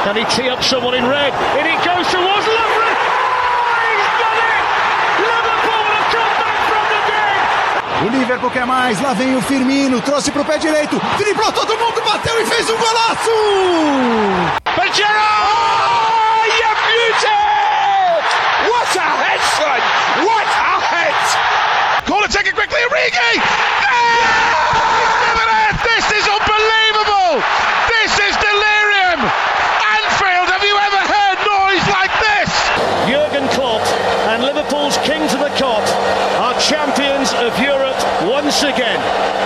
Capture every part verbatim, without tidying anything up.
Can he tee up someone in red? In it goes towards Lovren. Oh, he's done it! Liverpool have come back from the dead. O Liverpool quer mais, lá vem o Firmino, trouxe pro pé direito, driblou todo mundo, bateu e fez um golaço! But Gerrard! Oh, you beauty! What a head, son! What a head! Corner taken quickly, Origi! Yeah! This is unbelievable! This is delirium! Anfield, have you ever heard noise like this? Jurgen Klopp and Liverpool's king to the cop are champions of Europe once again.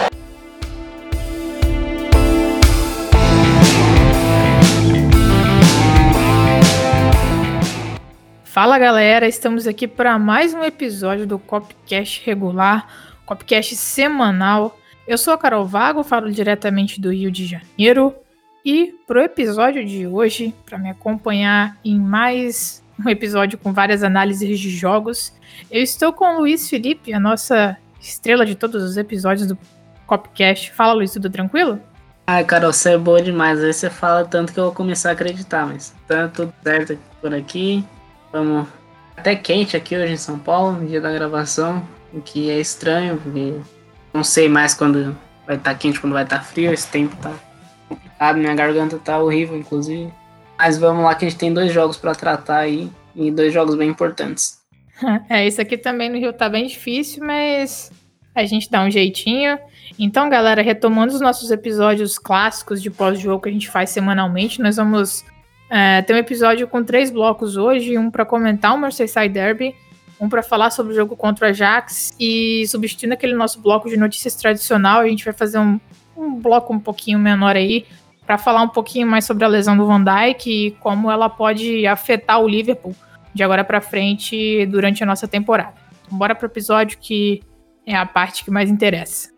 Fala galera, estamos aqui para mais um episódio do Copcast regular, Copcast semanal. Eu sou a Carol Vago, falo diretamente do Rio de Janeiro e pro episódio de hoje, para me acompanhar em mais um episódio com várias análises de jogos, eu estou com o Luiz Felipe, a nossa estrela de todos os episódios do Copcast. Fala Luiz, tudo tranquilo? Ai Carol, você é boa demais, aí você fala tanto que eu vou começar a acreditar, mas tá tudo certo por aqui. Vamos até quente aqui hoje em São Paulo, no dia da gravação, o que é estranho, porque não sei mais quando vai estar quente, quando vai estar frio, esse tempo tá complicado, minha garganta tá horrível, inclusive. Mas vamos lá que a gente tem dois jogos para tratar aí, e dois jogos bem importantes. É, isso aqui também no Rio tá bem difícil, mas a gente dá um jeitinho. Então, galera, retomando os nossos episódios clássicos de pós-jogo que a gente faz semanalmente, nós vamos... É, tem um episódio com três blocos hoje, um para comentar o Merseyside Derby, um para falar sobre o jogo contra o Ajax e substituindo aquele nosso bloco de notícias tradicional, a gente vai fazer um, um bloco um pouquinho menor aí para falar um pouquinho mais sobre a lesão do Van Dijk e como ela pode afetar o Liverpool de agora para frente durante a nossa temporada. Então, bora pro episódio que é a parte que mais interessa.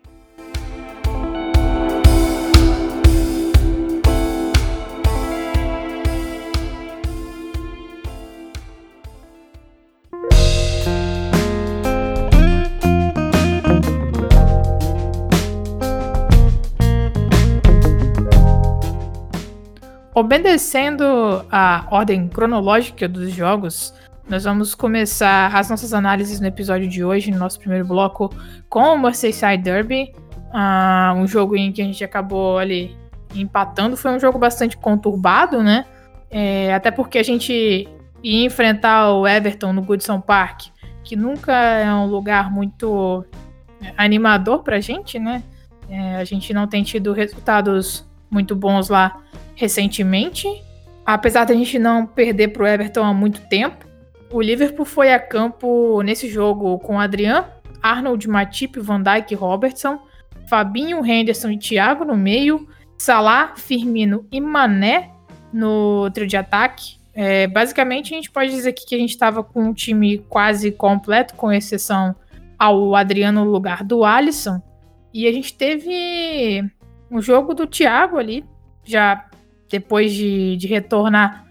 Obedecendo a ordem cronológica dos jogos, nós vamos começar as nossas análises no episódio de hoje, no nosso primeiro bloco, com o Merseyside Derby, uh, um jogo em que a gente acabou ali empatando. Foi um jogo bastante conturbado, né? É, até porque a gente ia enfrentar o Everton no Goodison Park, que nunca é um lugar muito animador pra gente, né? É, a gente não tem tido resultados muito bons lá recentemente, apesar da gente não perder pro Everton há muito tempo. O Liverpool foi a campo nesse jogo com Adrian, Arnold, Matip, Van Dijk e Robertson, Fabinho, Henderson e Thiago no meio, Salah, Firmino e Mané no trio de ataque. É, basicamente a gente pode dizer aqui que a gente estava com um time quase completo, com exceção ao Adriano no lugar do Alisson, e a gente teve um jogo do Thiago ali, já depois de, de retornar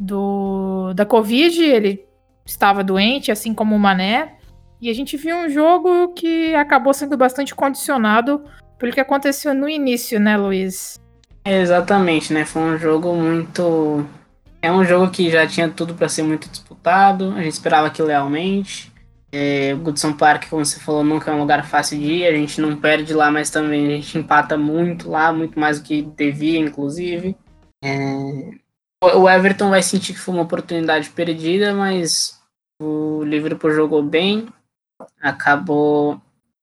do, da Covid, ele estava doente, assim como o Mané, e a gente viu um jogo que acabou sendo bastante condicionado pelo que aconteceu no início, né, Luiz? É, exatamente, né? Foi um jogo muito... É um jogo que já tinha tudo para ser muito disputado, a gente esperava aquilo realmente. É, o Goodison Park, como você falou, nunca é um lugar fácil de ir, a gente não perde lá, mas também a gente empata muito lá, muito mais do que devia, inclusive. É... O Everton vai sentir que foi uma oportunidade perdida, mas o Liverpool jogou bem, acabou...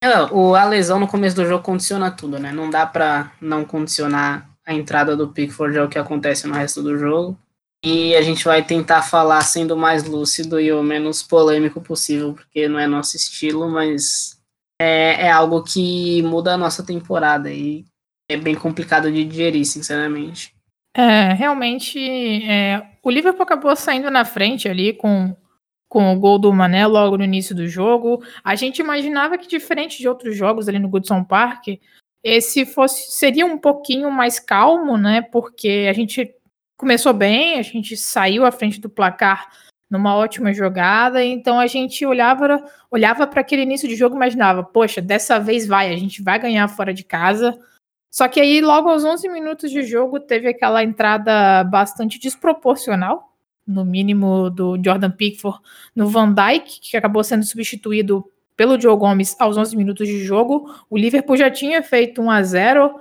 A lesão no começo do jogo condiciona tudo, né? Não dá pra não condicionar a entrada do Pickford ao que acontece no resto do jogo. E a gente vai tentar falar sendo o mais lúcido e o menos polêmico possível, porque não é nosso estilo, mas é, é algo que muda a nossa temporada e é bem complicado de digerir, sinceramente. É, realmente, é, o Liverpool acabou saindo na frente ali com, com o gol do Mané logo no início do jogo. A gente imaginava que, diferente de outros jogos ali no Goodison Park, esse fosse, seria um pouquinho mais calmo, né? Porque a gente começou bem, a gente saiu à frente do placar numa ótima jogada, então a gente olhava olhava para aquele início de jogo e imaginava, poxa, dessa vez vai, a gente vai ganhar fora de casa. Só que aí, logo aos onze minutos de jogo, teve aquela entrada bastante desproporcional, no mínimo do Jordan Pickford no Van Dijk, que acabou sendo substituído pelo Joe Gomes aos onze minutos de jogo. O Liverpool já tinha feito um a zero,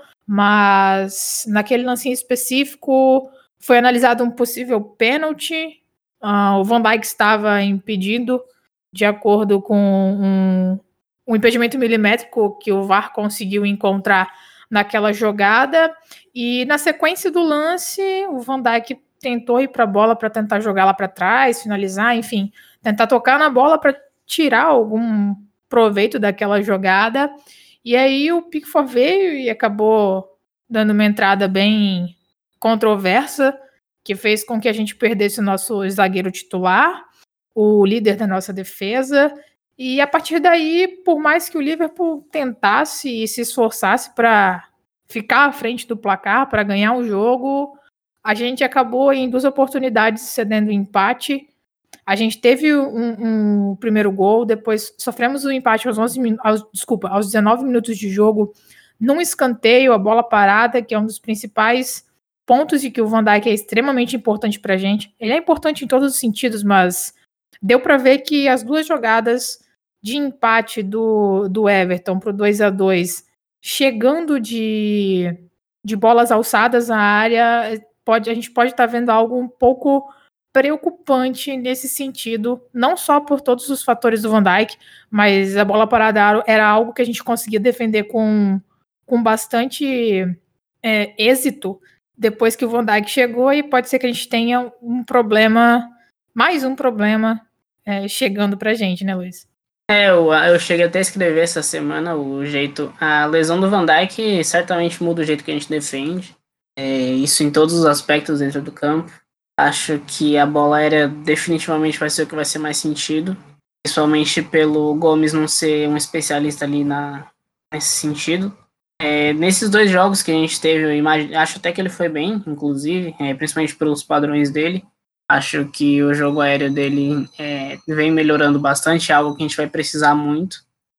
mas naquele lance específico foi analisado um possível pênalti. Uh, o Van Dijk estava impedido de acordo com um, um impedimento milimétrico que o V A R conseguiu encontrar naquela jogada, e na sequência do lance, o Van Dijk tentou ir para a bola para tentar jogar lá para trás, finalizar, enfim, tentar tocar na bola para tirar algum proveito daquela jogada, e aí o Pickford veio e acabou dando uma entrada bem controversa, que fez com que a gente perdesse o nosso zagueiro titular, o líder da nossa defesa. E a partir daí, por mais que o Liverpool tentasse e se esforçasse para ficar à frente do placar, para ganhar o jogo, a gente acabou em duas oportunidades cedendo o empate. A gente teve um, um primeiro gol, depois sofremos o um empate aos, onze, aos, desculpa, aos dezenove minutos de jogo, num escanteio, a bola parada, que é um dos principais pontos de que o Van Dijk é extremamente importante para a gente. Ele é importante em todos os sentidos, mas deu para ver que as duas jogadas de empate do, do Everton para o dois a dois, chegando de, de bolas alçadas à área, pode, a gente pode estar tá vendo algo um pouco preocupante nesse sentido, não só por todos os fatores do Van Dijk, mas a bola parada era algo que a gente conseguia defender com, com bastante é, êxito depois que o Van Dijk chegou, e pode ser que a gente tenha um problema, mais um problema é, chegando pra gente, né, Luiz? É, eu, eu cheguei até a escrever essa semana o jeito... A lesão do Van Dijk certamente muda o jeito que a gente defende. É, isso em todos os aspectos dentro do campo. Acho que a bola aérea definitivamente vai ser o que vai ser mais sentido. Principalmente pelo Gomes não ser um especialista ali na, nesse sentido. É, nesses dois jogos que a gente teve, eu imagine, acho até que ele foi bem, inclusive, é, principalmente pelos padrões dele. Acho que o jogo aéreo dele é, vem melhorando bastante, é algo que a gente vai precisar muito.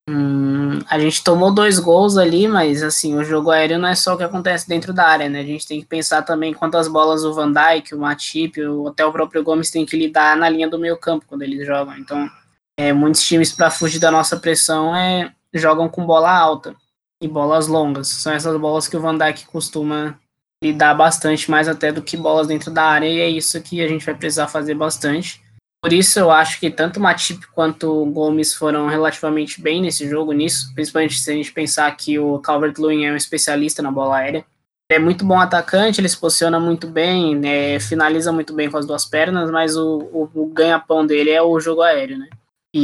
Hum, a gente tomou dois gols ali, mas assim, o jogo aéreo não é só o que acontece dentro da área, né? A gente tem que pensar também quantas bolas o Van Dijk, o Matip, ou até o próprio Gomes tem que lidar na linha do meio campo quando eles jogam. Então, é, muitos times, para fugir da nossa pressão, é, jogam com bola alta e bolas longas. São essas bolas que o Van Dijk costuma lidar bastante, mais até do que bolas dentro da área, e é isso que a gente vai precisar fazer bastante. Por isso eu acho que tanto o Matip quanto o Gomes foram relativamente bem nesse jogo, nisso, principalmente se a gente pensar que o Calvert-Lewin é um especialista na bola aérea. Ele é muito bom atacante, ele se posiciona muito bem, né, finaliza muito bem com as duas pernas, mas o, o, o ganha-pão dele é o jogo aéreo, né?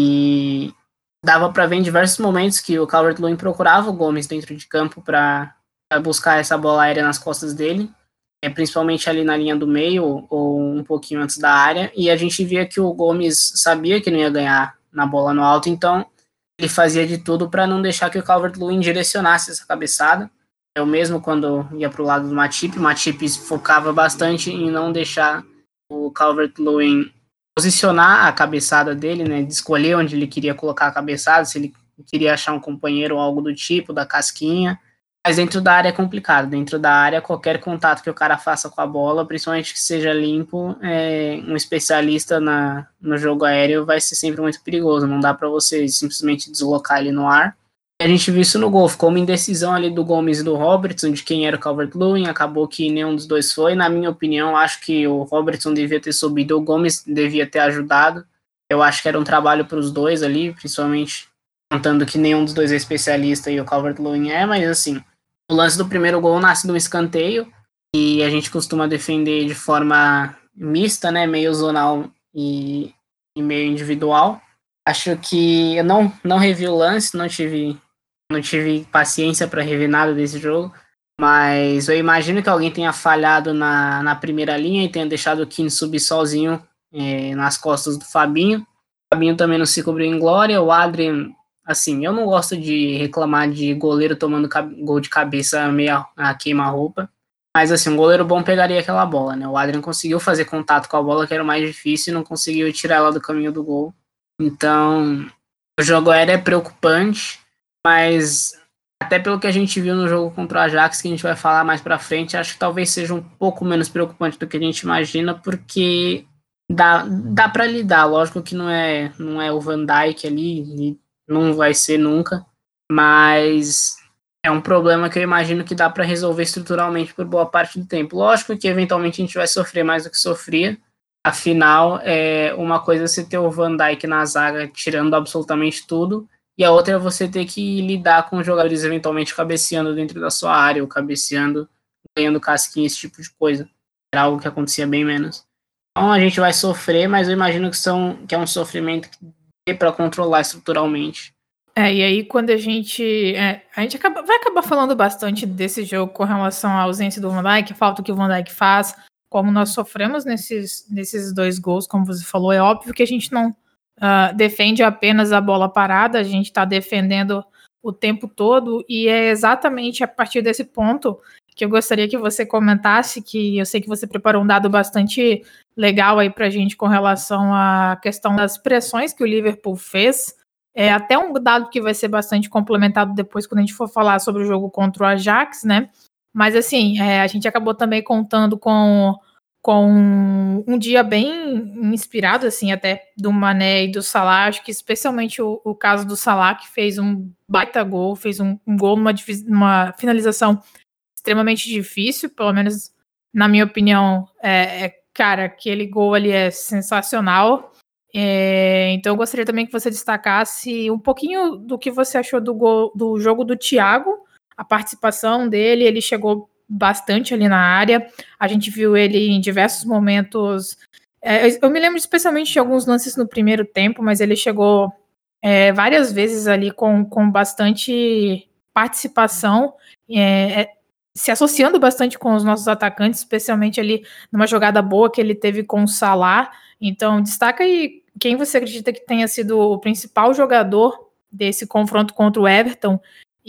E dava para ver em diversos momentos que o Calvert-Lewin procurava o Gomes dentro de campo para buscar essa bola aérea nas costas dele, é, principalmente ali na linha do meio ou um pouquinho antes da área, e a gente via que o Gomes sabia que não ia ganhar na bola no alto, então ele fazia de tudo para não deixar que o Calvert-Lewin direcionasse essa cabeçada. Eu mesmo, quando ia para o lado do Matip, o Matip focava bastante em não deixar o Calvert-Lewin posicionar a cabeçada dele, né, de escolher onde ele queria colocar a cabeçada, se ele queria achar um companheiro ou algo do tipo, da casquinha. Mas dentro da área é complicado. Dentro da área, qualquer contato que o cara faça com a bola, principalmente que seja limpo, é, um especialista na, no jogo aéreo vai ser sempre muito perigoso. Não dá para você simplesmente deslocar ele no ar. A gente viu isso no gol. Ficou uma indecisão ali do Gomes e do Robertson, de quem era o Calvert-Lewin. Acabou que nenhum dos dois foi. Na minha opinião, acho que o Robertson devia ter subido, o Gomes devia ter ajudado. Eu acho que era um trabalho para os dois ali, principalmente contando que nenhum dos dois é especialista e o Calvert-Lewin é, mas assim, o lance do primeiro gol nasce de um escanteio e a gente costuma defender de forma mista, né, meio zonal e, e meio individual. Acho que eu não, não revi o lance, não tive, não tive paciência para rever nada desse jogo, mas eu imagino que alguém tenha falhado na, na primeira linha e tenha deixado o Keane subir sozinho é, nas costas do Fabinho. O Fabinho também não se cobriu em glória, o Adrian... Assim, eu não gosto de reclamar de goleiro tomando gol de cabeça meio a queima-roupa, mas assim, um goleiro bom pegaria aquela bola, né? O Adrian conseguiu fazer contato com a bola, que era o mais difícil, e não conseguiu tirar ela do caminho do gol. Então, o jogo aéreo é preocupante, mas até pelo que a gente viu no jogo contra o Ajax, que a gente vai falar mais pra frente, acho que talvez seja um pouco menos preocupante do que a gente imagina, porque dá, dá pra lidar. Lógico que não é, não é o Van Dijk ali, e não vai ser nunca, mas é um problema que eu imagino que dá pra resolver estruturalmente por boa parte do tempo. Lógico que eventualmente a gente vai sofrer mais do que sofria, afinal, é uma coisa é você ter o Van Dijk na zaga tirando absolutamente tudo, e a outra é você ter que lidar com jogadores eventualmente cabeceando dentro da sua área, ou cabeceando, ganhando casquinha, esse tipo de coisa. Era algo que acontecia bem menos. Então a gente vai sofrer, mas eu imagino que, são, que é um sofrimento que dê para controlar estruturalmente. É, e aí quando a gente... É, a gente acaba, vai acabar falando bastante desse jogo com relação à ausência do Van Dijk, a falta que o Van Dijk faz, como nós sofremos nesses, nesses dois gols, como você falou. É óbvio que a gente não uh, defende apenas a bola parada, a gente está defendendo o tempo todo, e é exatamente a partir desse ponto que eu gostaria que você comentasse, que eu sei que você preparou um dado bastante legal aí pra gente com relação à questão das pressões que o Liverpool fez. É até um dado que vai ser bastante complementado depois quando a gente for falar sobre o jogo contra o Ajax, né? Mas assim, é, a gente acabou também contando com, com um dia bem inspirado, assim, até do Mané e do Salah. Acho que especialmente o, o caso do Salah, que fez um baita gol, fez um, um gol numa, numa finalização extremamente difícil, pelo menos na minha opinião. É, é, cara, aquele gol ali é sensacional. É, então eu gostaria também que você destacasse um pouquinho do que você achou do, gol, do jogo do Thiago, a participação dele. Ele chegou bastante ali na área, a gente viu ele em diversos momentos. É, eu me lembro especialmente de alguns lances no primeiro tempo, mas ele chegou é, várias vezes ali com, com bastante participação, é, se associando bastante com os nossos atacantes, especialmente ali numa jogada boa que ele teve com o Salah. Então, destaca aí quem você acredita que tenha sido o principal jogador desse confronto contra o Everton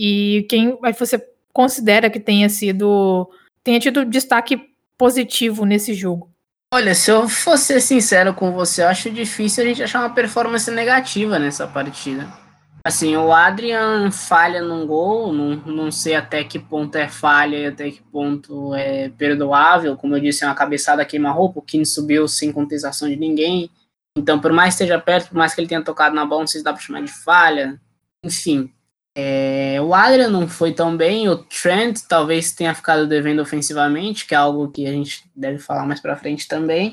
e quem você considera que tenha sido tenha tido destaque positivo nesse jogo. Olha, se eu fosse ser sincero com você, eu acho difícil a gente achar uma performance negativa nessa partida. Assim, o Adrian falha num gol, não, não sei até que ponto é falha e até que ponto é perdoável. Como eu disse, é uma cabeçada queima-roupa, o Keane subiu sem contestação de ninguém. Então, por mais que esteja perto, por mais que ele tenha tocado na bola, não sei se dá para chamar de falha. Enfim, é, o Adrian não foi tão bem, o Trent talvez tenha ficado devendo ofensivamente, que é algo que a gente deve falar mais para frente também.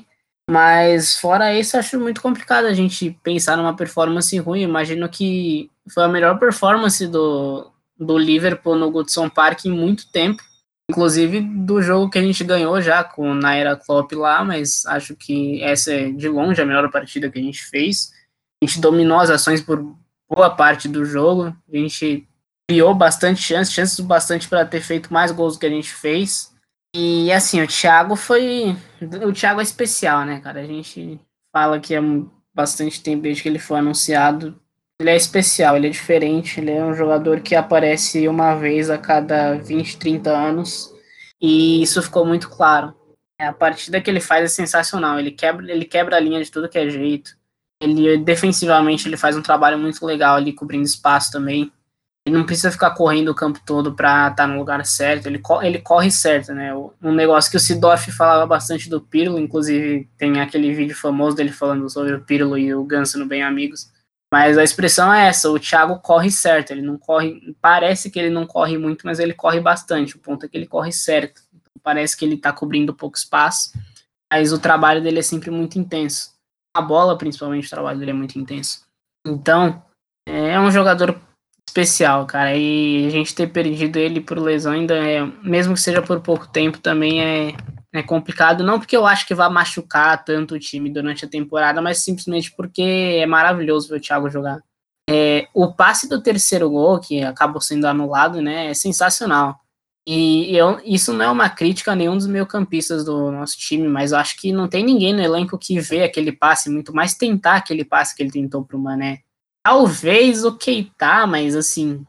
Mas fora isso, acho muito complicado a gente pensar numa performance ruim. Imagino que foi a melhor performance do, do Liverpool no Goodson Park em muito tempo, inclusive do jogo que a gente ganhou já com, na era Klopp lá, mas acho que essa é de longe a melhor partida que a gente fez. A gente dominou as ações por boa parte do jogo, a gente criou bastante chances, chances bastante para ter feito mais gols do que a gente fez. E assim, o Thiago foi... O Thiago é especial, né, cara? A gente fala que há bastante tempo desde que ele foi anunciado. Ele é especial, ele é diferente. Ele é um jogador que aparece uma vez a cada vinte, trinta anos. E isso ficou muito claro. A partida que ele faz é sensacional. Ele quebra, ele quebra a linha de tudo que é jeito. Ele, defensivamente, ele faz um trabalho muito legal ali, cobrindo espaço também. Ele não precisa ficar correndo o campo todo para estar no lugar certo, ele, co- ele corre certo, né? Um negócio que o Seedorf falava bastante do Pirlo, inclusive tem aquele vídeo famoso dele falando sobre o Pirlo e o Ganso no Bem Amigos. Mas a expressão é essa, o Thiago corre certo, ele não corre, parece que ele não corre muito, mas ele corre bastante, o ponto é que ele corre certo. Então, parece que ele está cobrindo pouco espaço, mas o trabalho dele é sempre muito intenso. A bola, principalmente, o trabalho dele é muito intenso. Então, é um jogador especial, cara, e a gente ter perdido ele por lesão ainda é, mesmo que seja por pouco tempo, também é, é complicado, não porque eu acho que vai machucar tanto o time durante a temporada, mas simplesmente porque é maravilhoso ver o Thiago jogar. É, o passe do terceiro gol, que acabou sendo anulado, né, é sensacional. E eu, isso não é uma crítica a nenhum dos meio-campistas do nosso time, mas eu acho que não tem ninguém no elenco que vê aquele passe, muito mais tentar aquele passe que ele tentou pro Mané. Talvez o Keita, mas assim,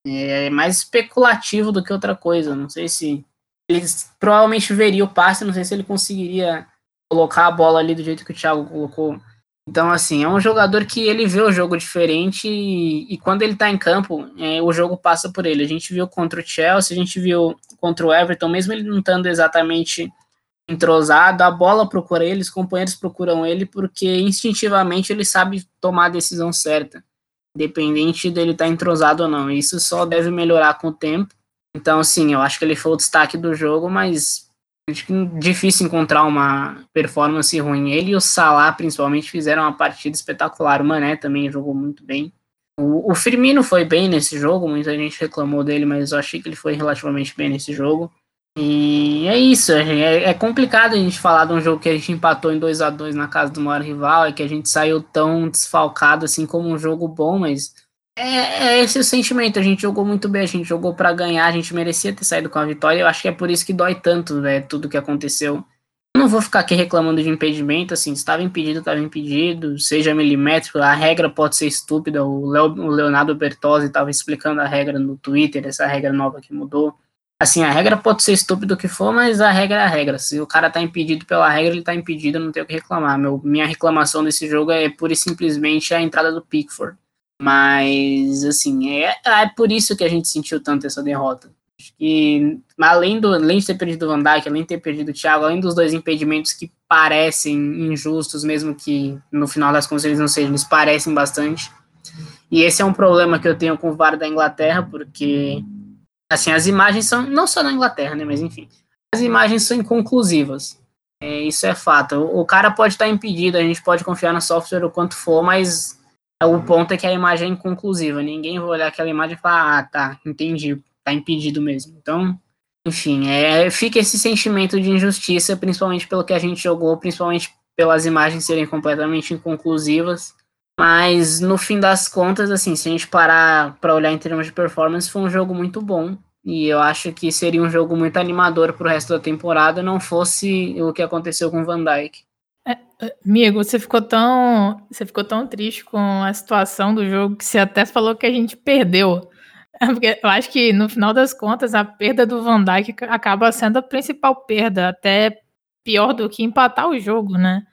é mais especulativo do que outra coisa. Não sei se ele provavelmente veria o passe, não sei se ele conseguiria colocar a bola ali do jeito que o Thiago colocou Então, assim, é um jogador que ele vê o jogo diferente e, e quando ele tá em campo, é, o jogo passa por ele. A gente viu contra o Chelsea, a gente viu contra o Everton, mesmo ele não estando exatamente entrosado, a bola procura ele, os companheiros procuram ele, porque instintivamente ele sabe tomar a decisão certa, independente dele estar entrosado ou não. Isso só deve melhorar com o tempo. Então, sim, eu acho que ele foi o destaque do jogo, mas acho que é difícil encontrar uma performance ruim. Ele e o Salah, principalmente, fizeram uma partida espetacular. O Mané também jogou muito bem. O, o Firmino foi bem nesse jogo, muita gente reclamou dele, mas eu achei que ele foi relativamente bem nesse jogo. E é isso, é, é complicado a gente falar de um jogo que a gente empatou em dois a dois na casa do maior rival, e que a gente saiu tão desfalcado assim como um jogo bom, mas é, é esse o sentimento. A gente jogou muito bem, a gente jogou para ganhar, a gente merecia ter saído com a vitória. Eu acho que é por isso que dói tanto, né, tudo que aconteceu. Eu não vou ficar aqui reclamando de impedimento, assim, se estava impedido, estava impedido, seja milimétrico, a regra pode ser estúpida. O, Leo, o Leonardo Bertozzi estava explicando a regra no Twitter, essa regra nova que mudou. Assim, a regra pode ser estúpida o que for, mas a regra é a regra. Se o cara tá impedido pela regra, ele tá impedido, não tem o que reclamar. Meu, minha reclamação desse jogo é pura e simplesmente a entrada do Pickford. Mas, assim, é, é por isso que a gente sentiu tanto essa derrota. Acho que, além, do, além de ter perdido o Van Dijk, além de ter perdido o Thiago, além dos dois impedimentos que parecem injustos, mesmo que no final das contas eles não sejam, eles parecem bastante. E esse é um problema que eu tenho com o V A R da Inglaterra, porque... assim, as imagens são, não só na Inglaterra, né, mas enfim, as imagens são inconclusivas, é, isso é fato. O, o cara pode estar impedido, a gente pode confiar no software o quanto for, mas o ponto é que a imagem é inconclusiva, ninguém vai olhar aquela imagem e falar, ah, tá, entendi, tá impedido mesmo. Então, enfim, é, fica esse sentimento de injustiça, principalmente pelo que a gente jogou, principalmente pelas imagens serem completamente inconclusivas. Mas, no fim das contas, assim, se a gente parar para olhar em termos de performance, foi um jogo muito bom. E eu acho que seria um jogo muito animador para o resto da temporada, não fosse o que aconteceu com o Van Dijk. É, amigo, você ficou tão, você ficou tão triste com a situação do jogo que você até falou que a gente perdeu. Porque eu acho que, no final das contas, a perda do Van Dijk acaba sendo a principal perda, até pior do que empatar o jogo, né?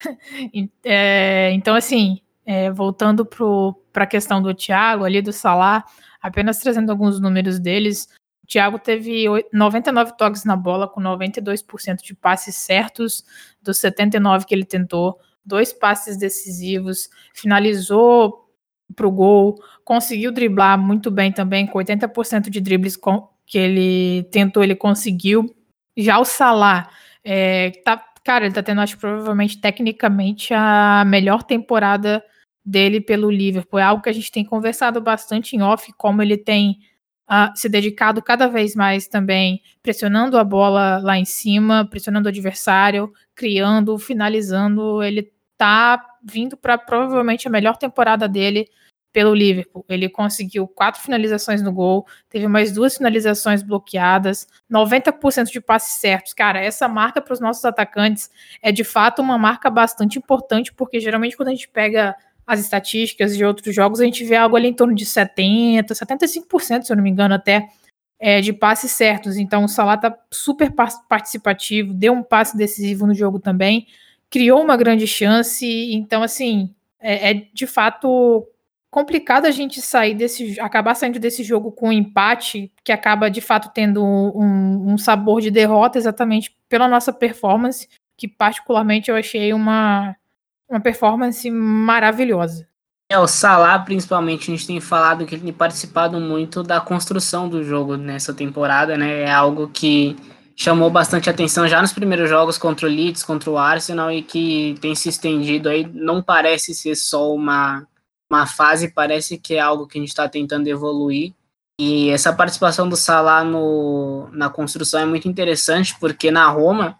É, então, assim... É, voltando para a questão do Thiago, ali do Salah, apenas trazendo alguns números deles, o Thiago teve noventa e nove toques na bola, com noventa e dois por cento de passes certos, dos setenta e nove que ele tentou, dois passes decisivos, finalizou para o gol, conseguiu driblar muito bem também, com oitenta por cento de dribles que ele tentou, ele conseguiu. Já o Salah, é, tá, cara, ele tá tendo, acho, provavelmente, tecnicamente, a melhor temporada dele pelo Liverpool. É algo que a gente tem conversado bastante em off, como ele tem uh, se dedicado cada vez mais também, pressionando a bola lá em cima, pressionando o adversário, criando, finalizando. Ele tá vindo para provavelmente a melhor temporada dele pelo Liverpool. Ele conseguiu quatro finalizações no gol, teve mais duas finalizações bloqueadas, noventa por cento de passes certos. Cara, essa marca para os nossos atacantes é de fato uma marca bastante importante, porque geralmente quando a gente pega as estatísticas de outros jogos, a gente vê algo ali em torno de setenta, setenta e cinco por cento, se eu não me engano, até, é, de passes certos. Então o Salah tá super participativo, deu um passe decisivo no jogo também, criou uma grande chance. Então, assim, é, é de fato complicado a gente sair desse, acabar saindo desse jogo com um empate, que acaba de fato tendo um, um sabor de derrota, exatamente pela nossa performance, que particularmente eu achei uma uma performance maravilhosa. É, o Salah, principalmente, a gente tem falado que ele tem participado muito da construção do jogo nessa temporada, né? É algo que chamou bastante atenção já nos primeiros jogos contra o Leeds, contra o Arsenal, e que tem se estendido aí. Não parece ser só uma, uma fase, parece que é algo que a gente está tentando evoluir. E essa participação do Salah no, na construção é muito interessante, porque na Roma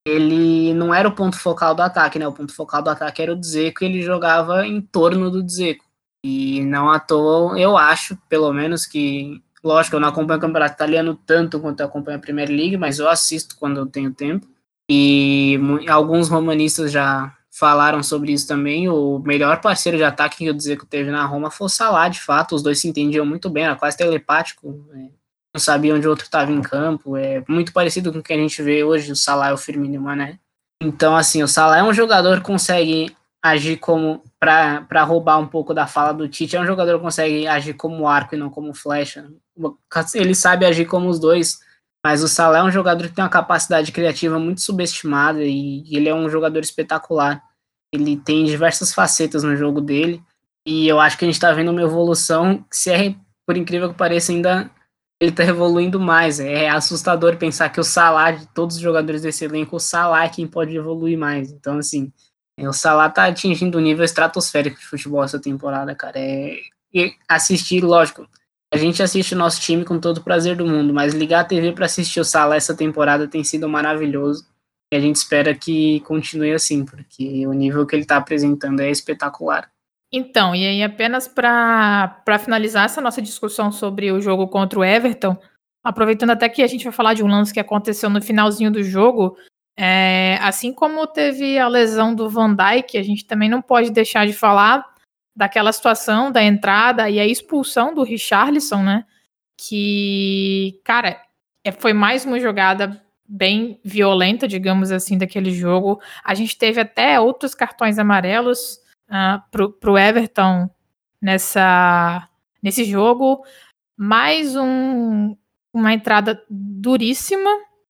ele não era o ponto focal do ataque, né? O ponto focal do ataque era o Dzeko e ele jogava em torno do Dzeko. E não à toa, eu acho, pelo menos, que... lógico, eu não acompanho o campeonato italiano tanto quanto eu acompanho a Premier League, mas eu assisto quando eu tenho tempo. E alguns romanistas já falaram sobre isso também. O melhor parceiro de ataque que o Dzeko teve na Roma foi o Salah, de fato. Os dois se entendiam muito bem, era quase telepático, né? Não sabia onde o outro estava em campo, é muito parecido com o que a gente vê hoje, o Salah, o Firmino e o Mané. Então, assim, o Salah é um jogador que consegue agir como, para roubar um pouco da fala do Tite, é um jogador que consegue agir como arco e não como flecha. Ele sabe agir como os dois, mas o Salah é um jogador que tem uma capacidade criativa muito subestimada e ele é um jogador espetacular. Ele tem diversas facetas no jogo dele e eu acho que a gente está vendo uma evolução que, se é, por incrível que pareça, ainda ele está evoluindo mais. É assustador pensar que o Salah, de todos os jogadores desse elenco, o Salah é quem pode evoluir mais. Então, assim, o Salah tá atingindo um nível estratosférico de futebol essa temporada, cara. É... E assistir, lógico, a gente assiste o nosso time com todo o prazer do mundo, mas ligar a T V para assistir o Salah essa temporada tem sido maravilhoso. E a gente espera que continue assim, porque o nível que ele tá apresentando é espetacular. Então, e aí apenas para finalizar essa nossa discussão sobre o jogo contra o Everton, aproveitando até que a gente vai falar de um lance que aconteceu no finalzinho do jogo, é, assim como teve a lesão do Van Dijk, a gente também não pode deixar de falar daquela situação da entrada e a expulsão do Richarlison, né? Que, cara, é, foi mais uma jogada bem violenta, digamos assim, daquele jogo. A gente teve até outros cartões amarelos uh, pro, pro Everton nessa, nesse jogo. Mais um, uma entrada duríssima,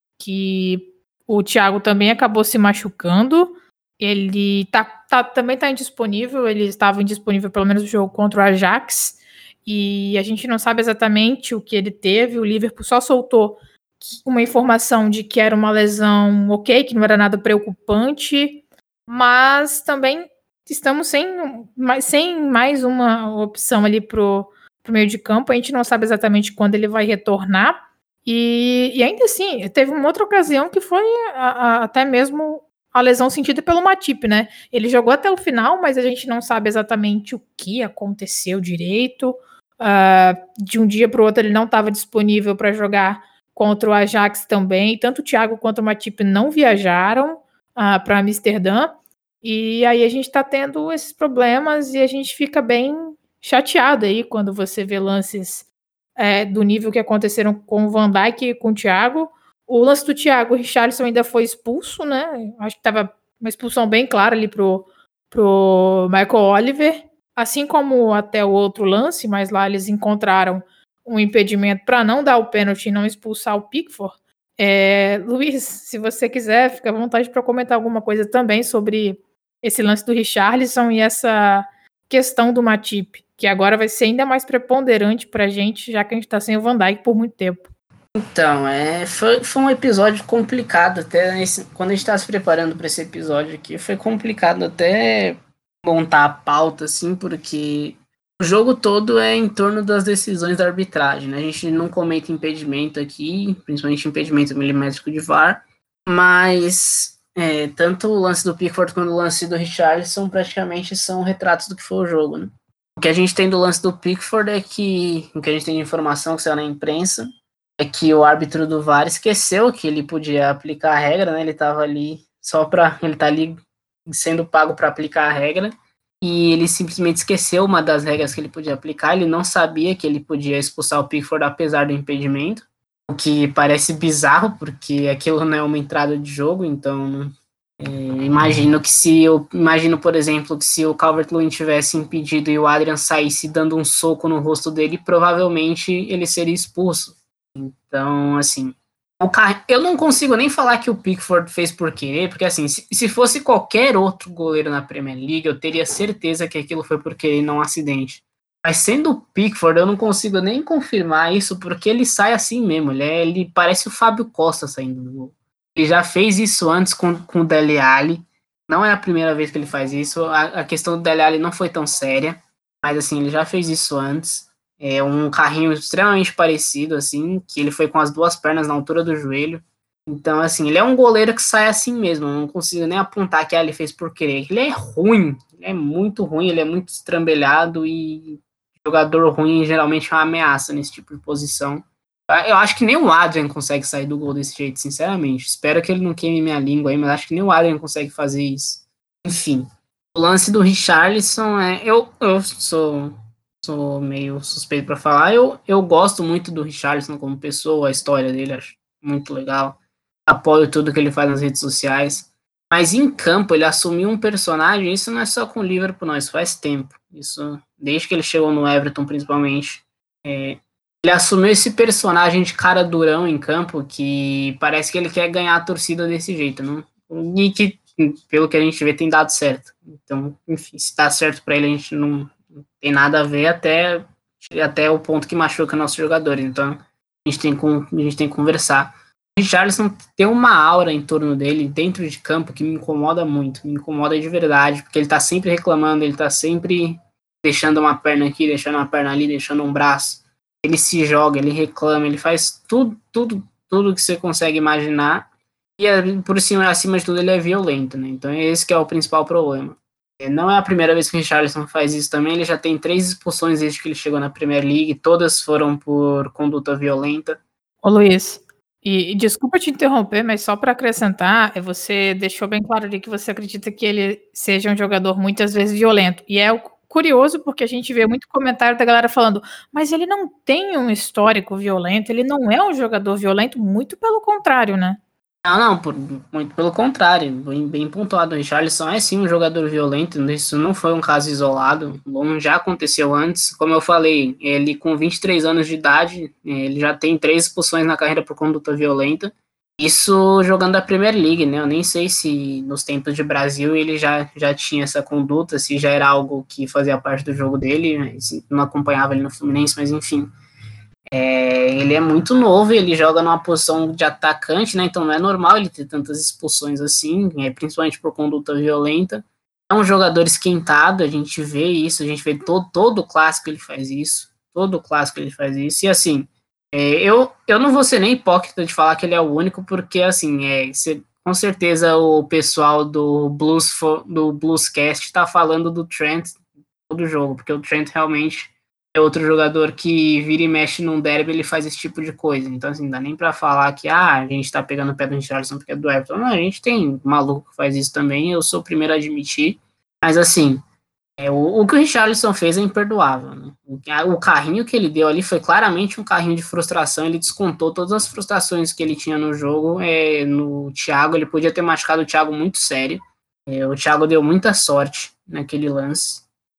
que o Thiago também acabou se machucando. Ele tá, tá, também está indisponível, ele estava indisponível pelo menos no jogo contra o Ajax, e a gente não sabe exatamente o que ele teve. O Liverpool só soltou uma informação de que era uma lesão ok, que não era nada preocupante, mas também estamos sem, sem mais uma opção ali pro, pro meio de campo. A gente não sabe exatamente quando ele vai retornar, e, e ainda assim, teve uma outra ocasião que foi a, a, até mesmo a lesão sentida pelo Matip, né? Ele jogou até o final, mas a gente não sabe exatamente o que aconteceu direito. Uh, de um dia para o outro ele não estava disponível para jogar contra o Ajax também. Tanto o Thiago quanto o Matip não viajaram uh, para Amsterdã. E aí a gente está tendo esses problemas e a gente fica bem chateado aí quando você vê lances é, do nível que aconteceram com o Van Dijk e com o Thiago. O lance do Thiago, o Richarlison ainda foi expulso, né? Acho que estava uma expulsão bem clara ali pro, pro Michael Oliver, assim como até o outro lance, mas lá eles encontraram um impedimento para não dar o pênalti e não expulsar o Pickford. É, Luiz, se você quiser, fica à vontade para comentar alguma coisa também sobre esse lance do Richarlison e essa questão do Matip, que agora vai ser ainda mais preponderante para a gente, já que a gente está sem o Van Dijk por muito tempo. Então, é, foi, foi um episódio complicado, até esse, quando a gente estava se preparando para esse episódio aqui, foi complicado até montar a pauta, assim, porque o jogo todo é em torno das decisões da arbitragem, né? A gente não comenta impedimento aqui, principalmente impedimento milimétrico de V A R, mas é, tanto o lance do Pickford quanto o lance do Richarlison praticamente são retratos do que foi o jogo, né? O que a gente tem do lance do Pickford é que, o que a gente tem de informação que saiu na imprensa, é que o árbitro do V A R esqueceu que ele podia aplicar a regra, né? Ele estava ali só para... Ele tá ali sendo pago para aplicar a regra, e ele simplesmente esqueceu uma das regras que ele podia aplicar. Ele não sabia que ele podia expulsar o Pickford apesar do impedimento, o que parece bizarro, porque aquilo não é uma entrada de jogo. Então, é, imagino que se eu... Imagino, por exemplo, que se o Calvert-Lewin tivesse impedido e o Adrian saísse dando um soco no rosto dele, provavelmente ele seria expulso. Então, assim, o car... eu não consigo nem falar que o Pickford fez por querer, porque, assim, se, se fosse qualquer outro goleiro na Premier League, eu teria certeza que aquilo foi por querer e não um acidente. Mas sendo o Pickford, eu não consigo nem confirmar isso, porque ele sai assim mesmo, ele, é, ele parece o Fábio Costa saindo do gol. Ele já fez isso antes com, com o Dele Alli, não é a primeira vez que ele faz isso, a, a questão do Dele Alli não foi tão séria, mas, assim, ele já fez isso antes. É um carrinho extremamente parecido, assim, que ele foi com as duas pernas na altura do joelho. Então, assim, ele é um goleiro que sai assim mesmo. Eu não consigo nem apontar que ah, ele fez por querer. Ele é ruim, ele é muito ruim, ele é muito estrambelhado, e jogador ruim geralmente é uma ameaça nesse tipo de posição. Eu acho que nem o Adrian consegue sair do gol desse jeito, sinceramente. Espero que ele não queime minha língua aí, mas acho que nem o Adrian consegue fazer isso. Enfim, o lance do Richarlison é... Eu, eu sou... sou meio suspeito para falar. Eu, eu gosto muito do Richarlison como pessoa, a história dele acho muito legal. Apoio tudo que ele faz nas redes sociais. Mas em campo, ele assumiu um personagem, isso não é só com o Liverpool, não, isso faz tempo. Isso, desde que ele chegou no Everton, principalmente. É, ele assumiu esse personagem de cara durão em campo, que parece que ele quer ganhar a torcida desse jeito, não? E que, pelo que a gente vê, tem dado certo. Então, enfim, se dá certo pra ele, a gente não, não tem nada a ver até, até o ponto que machuca nossos jogadores. Então, a gente tem, a gente tem que conversar. O Richarlison tem uma aura em torno dele, dentro de campo, que me incomoda muito, me incomoda de verdade, porque ele tá sempre reclamando, ele tá sempre deixando uma perna aqui, deixando uma perna ali, deixando um braço. Ele se joga, ele reclama, ele faz tudo, tudo, tudo que você consegue imaginar, e por cima, acima de tudo, ele é violento, né? Então esse que é o principal problema. Não é a primeira vez que o Richarlison faz isso também, ele já tem três expulsões desde que ele chegou na Premier League, todas foram por conduta violenta. Ô Luiz, e, e desculpa te interromper, mas só para acrescentar, você deixou bem claro ali que você acredita que ele seja um jogador muitas vezes violento, e é curioso porque a gente vê muito comentário da galera falando, mas ele não tem um histórico violento, ele não é um jogador violento, muito pelo contrário, né? Não, não, por, muito pelo contrário, bem, bem pontuado. O Richarlison é sim um jogador violento, isso não foi um caso isolado, bom, já aconteceu antes. Como eu falei, ele com vinte e três anos de idade, ele já tem três expulsões na carreira por conduta violenta, isso jogando a Premier League, né? Eu nem sei se nos tempos de Brasil ele já, já tinha essa conduta, se já era algo que fazia parte do jogo dele, não acompanhava ele no Fluminense, mas enfim. É, ele é muito novo, ele joga numa posição de atacante, né? Então não é normal ele ter tantas expulsões assim, é, principalmente por conduta violenta. É um jogador esquentado, a gente vê isso, a gente vê todo, todo o clássico ele faz isso, todo o clássico ele faz isso, e assim, é, eu, eu não vou ser nem hipócrita de falar que ele é o único, porque assim, é, cê, com certeza o pessoal do Blues do Bluescast tá falando do Trent todo jogo, porque o Trent realmente é outro jogador que vira e mexe num derby, ele faz esse tipo de coisa. Então, assim, não dá nem pra falar que ah, a gente tá pegando o pé do Richarlison porque é do Everton. Não, a gente tem maluco que faz isso também, eu sou o primeiro a admitir. Mas, assim, é, o, o que o Richarlison fez é imperdoável, né? O, o carrinho que ele deu ali foi claramente um carrinho de frustração, ele descontou todas as frustrações que ele tinha no jogo. É, no Thiago, ele podia ter machucado o Thiago muito sério. É, o Thiago deu muita sorte naquele lance.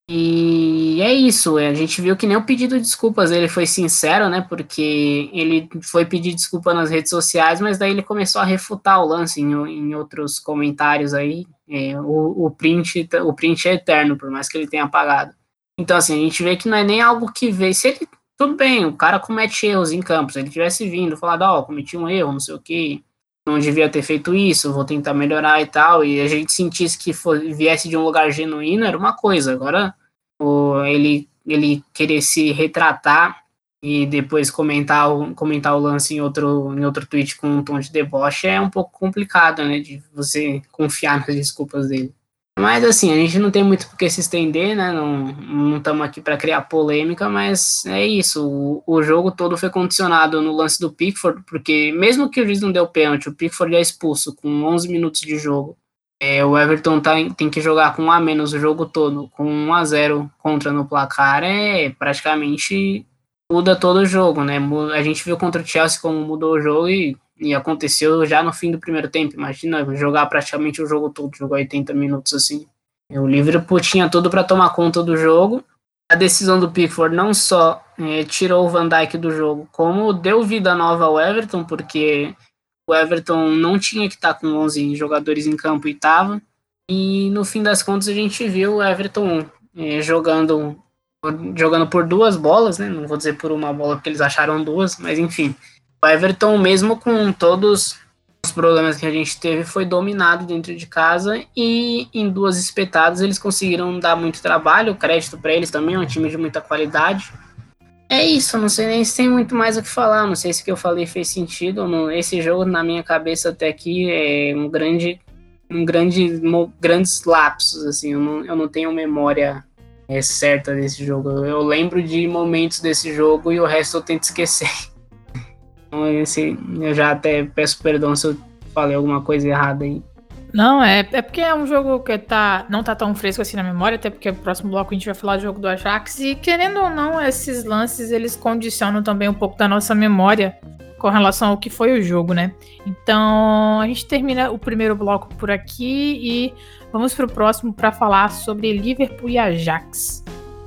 E é isso, a gente viu que nem o pedido de desculpas ele foi sincero, né, porque ele foi pedir desculpa nas redes sociais, mas daí ele começou a refutar o lance em, em outros comentários aí, é, o, o, print, o print é eterno, por mais que ele tenha apagado. Então assim, a gente vê que não é nem algo que veio, se ele, tudo bem, o cara comete erros em campo, se ele tivesse vindo, falado, ó, oh, cometi um erro, não sei o que, não devia ter feito isso, vou tentar melhorar e tal, e a gente sentisse que for, viesse de um lugar genuíno, era uma coisa. Agora, o, ele, ele querer se retratar e depois comentar o, comentar o lance em outro, em outro tweet com um tom de deboche é um pouco complicado, né, de você confiar nas desculpas dele. Mas assim, a gente não tem muito por que se estender, né, não estamos aqui para criar polêmica, mas é isso, o, o jogo todo foi condicionado no lance do Pickford, porque mesmo que o juiz não deu pênalti, o Pickford é expulso com onze minutos de jogo, é, o Everton tá, tem que jogar com um a menos o jogo todo, com um a zero contra no placar, é praticamente muda todo o jogo, né, a gente viu contra o Chelsea como mudou o jogo e E aconteceu já no fim do primeiro tempo. Imagina jogar praticamente o jogo todo, jogar oitenta minutos assim. O Liverpool tinha tudo para tomar conta do jogo. A decisão do Pickford não só é, tirou o Van Dijk do jogo, como deu vida nova ao Everton, porque o Everton não tinha que estar tá com onze jogadores em campo e estava. E no fim das contas a gente viu o Everton é, jogando, jogando por duas bolas, né? Não vou dizer por uma bola porque eles acharam duas, mas enfim. O Everton, mesmo com todos os problemas que a gente teve, foi dominado dentro de casa e em duas espetadas eles conseguiram dar muito trabalho, crédito para eles também, é um time de muita qualidade. É isso, não sei nem se tem muito mais o que falar, não sei se o que eu falei fez sentido ou não. Esse jogo, na minha cabeça até aqui, é um grande, um grande, grandes lapsos, assim, eu não, eu não tenho memória é, certa desse jogo. Eu lembro de momentos desse jogo e o resto eu tento esquecer. Esse, eu já até peço perdão se eu falei alguma coisa errada aí. Não, é, é porque é um jogo que tá, não tá tão fresco assim na memória, até porque no próximo bloco a gente vai falar do jogo do Ajax, e querendo ou não, esses lances eles condicionam também um pouco da nossa memória com relação ao que foi o jogo, né? Então, a gente termina o primeiro bloco por aqui e vamos pro próximo para falar sobre Liverpool e Ajax.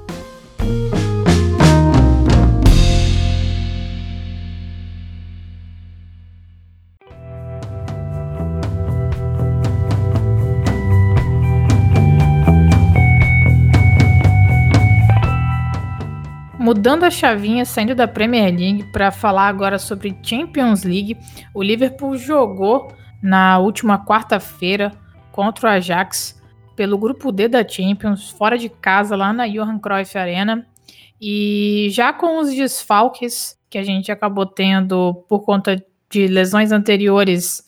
Mudando a chavinha, saindo da Premier League para falar agora sobre Champions League, o Liverpool jogou na última quarta-feira contra o Ajax pelo grupo D da Champions, fora de casa, lá na Johan Cruyff Arena. E já com os desfalques que a gente acabou tendo por conta de lesões anteriores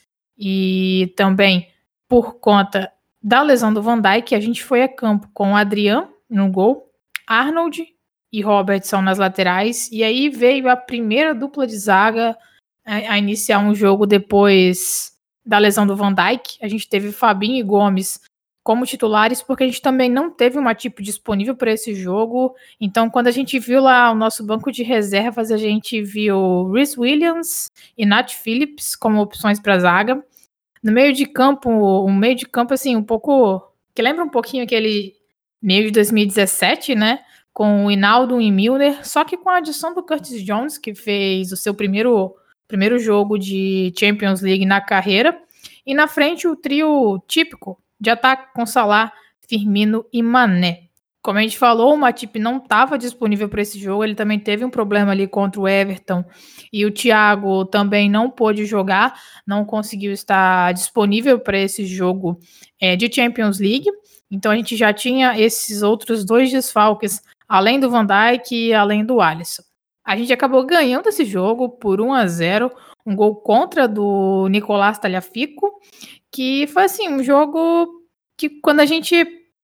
e também por conta da lesão do Van Dijk, a gente foi a campo com o Adrian no gol, Arnold e Robertson nas laterais, e aí veio a primeira dupla de zaga a, a iniciar um jogo depois da lesão do Van Dijk. A gente teve Fabinho e Gomes como titulares, porque a gente também não teve uma Matip disponível para esse jogo. Então, quando a gente viu lá o nosso banco de reservas, a gente viu Rhys Williams e Nat Phillips como opções para zaga. No meio de campo, um meio de campo assim, um pouco, que lembra um pouquinho aquele meio de dois mil e dezessete, né? Com o Hinaldo e Milner, só que com a adição do Curtis Jones, que fez o seu primeiro, primeiro jogo de Champions League na carreira, e na frente o trio típico de ataque com Salah, Firmino e Mané. Como a gente falou, o Matip não estava disponível para esse jogo, ele também teve um problema ali contra o Everton, e o Thiago também não pôde jogar, não conseguiu estar disponível para esse jogo é, de Champions League. Então a gente já tinha esses outros dois desfalques, além do Van Dijk e além do Alisson. A gente acabou ganhando esse jogo por um a zero, um gol contra do Nicolás Tagliafico, que foi assim, um jogo que quando a gente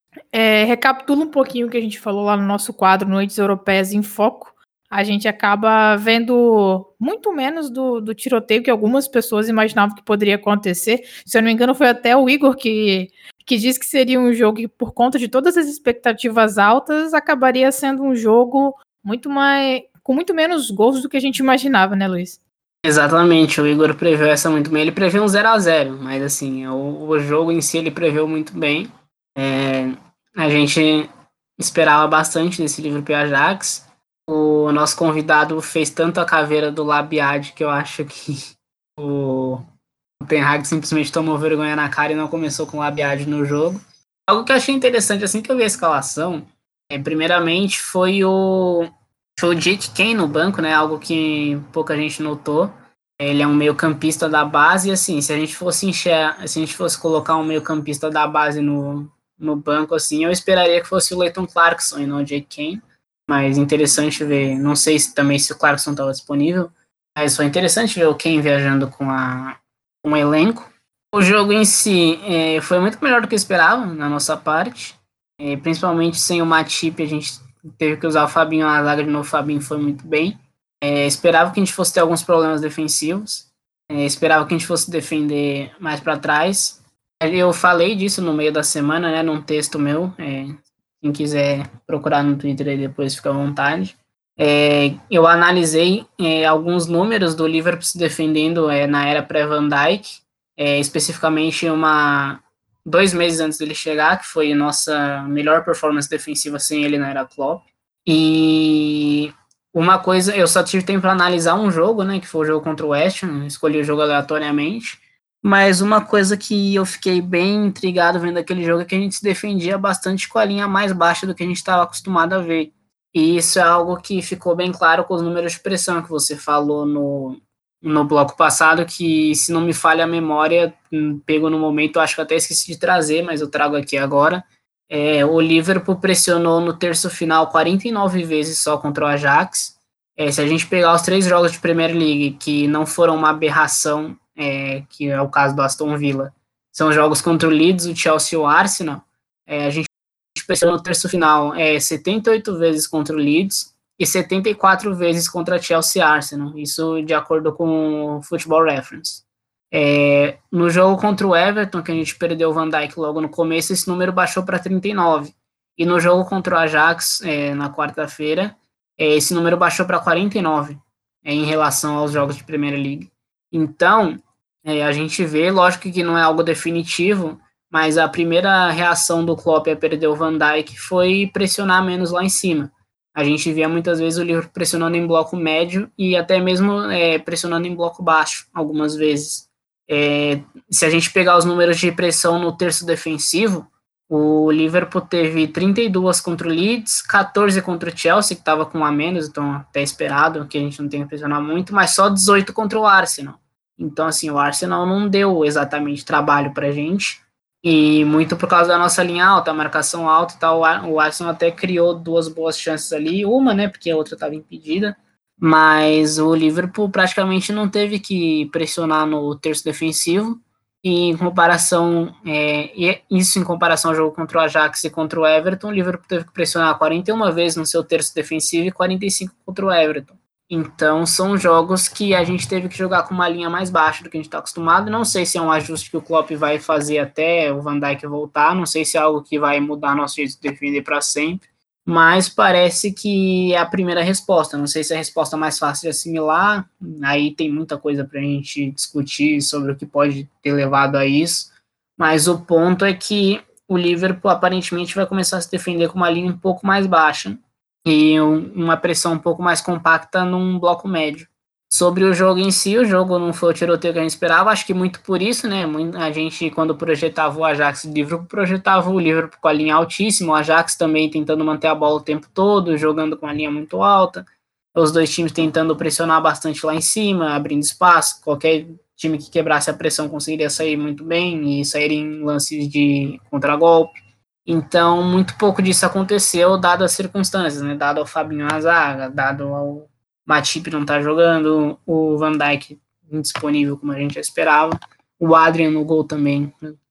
é, recapitula um pouquinho o que a gente falou lá no nosso quadro Noites Europeias em Foco, a gente acaba vendo muito menos do, do tiroteio que algumas pessoas imaginavam que poderia acontecer. Se eu não me engano, foi até o Igor que... que diz que seria um jogo que, por conta de todas as expectativas altas, acabaria sendo um jogo muito mais, com muito menos gols do que a gente imaginava, né, Luiz? Exatamente, o Igor preveu essa muito bem. Ele preveu um zero a zero, mas assim, o, o jogo em si ele preveu muito bem. É, a gente esperava bastante desse Liverpool e Ajax. O nosso convidado fez tanto a caveira do Labiade que eu acho que o... O Ten Hag simplesmente tomou vergonha na cara e não começou com o Labiade no jogo. Algo que eu achei interessante, assim que eu vi a escalação, é, primeiramente foi o, foi o Jake Kane no banco, né? Algo que pouca gente notou. Ele é um meio campista da base e assim, se a gente fosse encher, se a gente fosse colocar um meio campista da base no, no banco, assim, eu esperaria que fosse o Leighton Clarkson e não o Jake Kane. Mas interessante ver, não sei se também se o Clarkson estava disponível, mas foi interessante ver o Kane viajando com a um elenco. O jogo em si é, foi muito melhor do que eu esperava na nossa parte, é, principalmente sem o Matip, a gente teve que usar o Fabinho na zaga de novo. O Fabinho foi muito bem. É, esperava que a gente fosse ter alguns problemas defensivos, é, esperava que a gente fosse defender mais para trás. Eu falei disso no meio da semana, né, num texto meu, é, quem quiser procurar no Twitter aí depois fica à vontade. É, eu analisei é, alguns números do Liverpool se defendendo é, na era pré-Van Dijk, é, especificamente uma, dois meses antes dele chegar, que foi nossa melhor performance defensiva sem ele na era Klopp. E uma coisa, eu só tive tempo para analisar um jogo, né, que foi o jogo contra o West Ham, escolhi o jogo aleatoriamente, mas uma coisa que eu fiquei bem intrigado vendo aquele jogo é que a gente se defendia bastante com a linha mais baixa do que a gente estava acostumado a ver. E isso é algo que ficou bem claro com os números de pressão que você falou no, no bloco passado, que, se não me falha a memória, pego no momento, eu acho que eu até esqueci de trazer, mas eu trago aqui agora. É, o Liverpool pressionou no terço final quarenta e nove vezes só contra o Ajax. É, se a gente pegar os três jogos de Premier League, que não foram uma aberração, é, que é o caso do Aston Villa, são jogos contra o Leeds, o Chelsea e o Arsenal, é, a gente pressionou no terço final é, setenta e oito vezes contra o Leeds e setenta e quatro vezes contra Chelsea e Arsenal, isso de acordo com o Football Reference. É, no jogo contra o Everton, que a gente perdeu o Van Dijk logo no começo, esse número baixou para trinta e nove. E no jogo contra o Ajax, é, na quarta-feira, é, esse número baixou para quarenta e nove. é, em relação aos jogos de Premier League. Então, é, a gente vê, lógico que não é algo definitivo, mas a primeira reação do Klopp a perder o Van Dijk foi pressionar menos lá em cima. A gente via muitas vezes o Liverpool pressionando em bloco médio e até mesmo é, pressionando em bloco baixo, algumas vezes. É, se a gente pegar os números de pressão no terço defensivo, o Liverpool teve trinta e duas contra o Leeds, catorze contra o Chelsea, que estava com um a menos, então até esperado que a gente não tenha que pressionar muito, mas só dezoito contra o Arsenal. Então, assim, o Arsenal não deu exatamente trabalho pra gente, e muito por causa da nossa linha alta, a marcação alta e tal. O Arsenal até criou duas boas chances ali, uma, né, porque a outra estava impedida, mas o Liverpool praticamente não teve que pressionar no terço defensivo, e em comparação, é, isso em comparação ao jogo contra o Ajax e contra o Everton, o Liverpool teve que pressionar quarenta e uma vezes no seu terço defensivo e quarenta e cinco contra o Everton. Então são jogos que a gente teve que jogar com uma linha mais baixa do que a gente está acostumado. Não sei se é um ajuste que o Klopp vai fazer até o Van Dijk voltar, não sei se é algo que vai mudar nosso jeito de defender para sempre, mas parece que é a primeira resposta. Não sei se é a resposta mais fácil de assimilar, aí tem muita coisa para a gente discutir sobre o que pode ter levado a isso, mas o ponto é que o Liverpool aparentemente vai começar a se defender com uma linha um pouco mais baixa e um, uma pressão um pouco mais compacta num bloco médio. Sobre o jogo em si, o jogo não foi o tiroteio que a gente esperava, acho que muito por isso, né, a gente quando projetava o Ajax e o Liverpool, projetava o Liverpool com a linha altíssima, o Ajax também tentando manter a bola o tempo todo, jogando com a linha muito alta, os dois times tentando pressionar bastante lá em cima, abrindo espaço, qualquer time que quebrasse a pressão conseguiria sair muito bem e sair em lances de contragolpe. Então, muito pouco disso aconteceu, dado as circunstâncias, né, dado ao Fabinho na zaga, dado ao Matip não tá jogando, o Van Dijk indisponível como a gente já esperava, o Adrian no gol também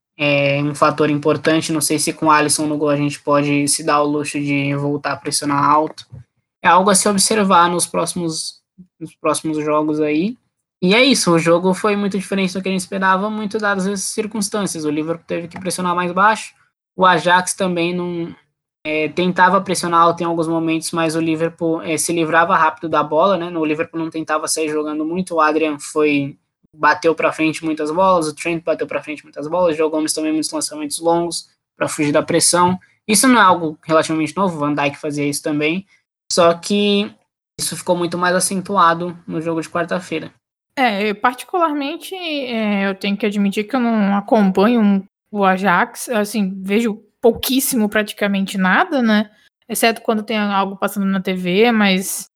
é um fator importante, não sei se com o Alisson no gol a gente pode se dar o luxo de voltar a pressionar alto, é algo a se observar nos próximos, nos próximos jogos aí, e é isso, o jogo foi muito diferente do que a gente esperava, muito dadas as circunstâncias, o Liverpool teve que pressionar mais baixo, o Ajax também não... É, tentava pressionar alto em alguns momentos, mas o Liverpool é, se livrava rápido da bola, né? O Liverpool não tentava sair jogando muito, o Adrian foi, bateu para frente muitas bolas, o Trent bateu para frente muitas bolas, o Joe Gomes também muitos lançamentos longos para fugir da pressão. Isso não é algo relativamente novo, o Van Dijk fazia isso também, só que isso ficou muito mais acentuado no jogo de quarta-feira. É, particularmente, é, eu tenho que admitir que eu não acompanho o Ajax, assim, vejo pouquíssimo, praticamente nada, né? Exceto quando tem algo passando na T V, mas...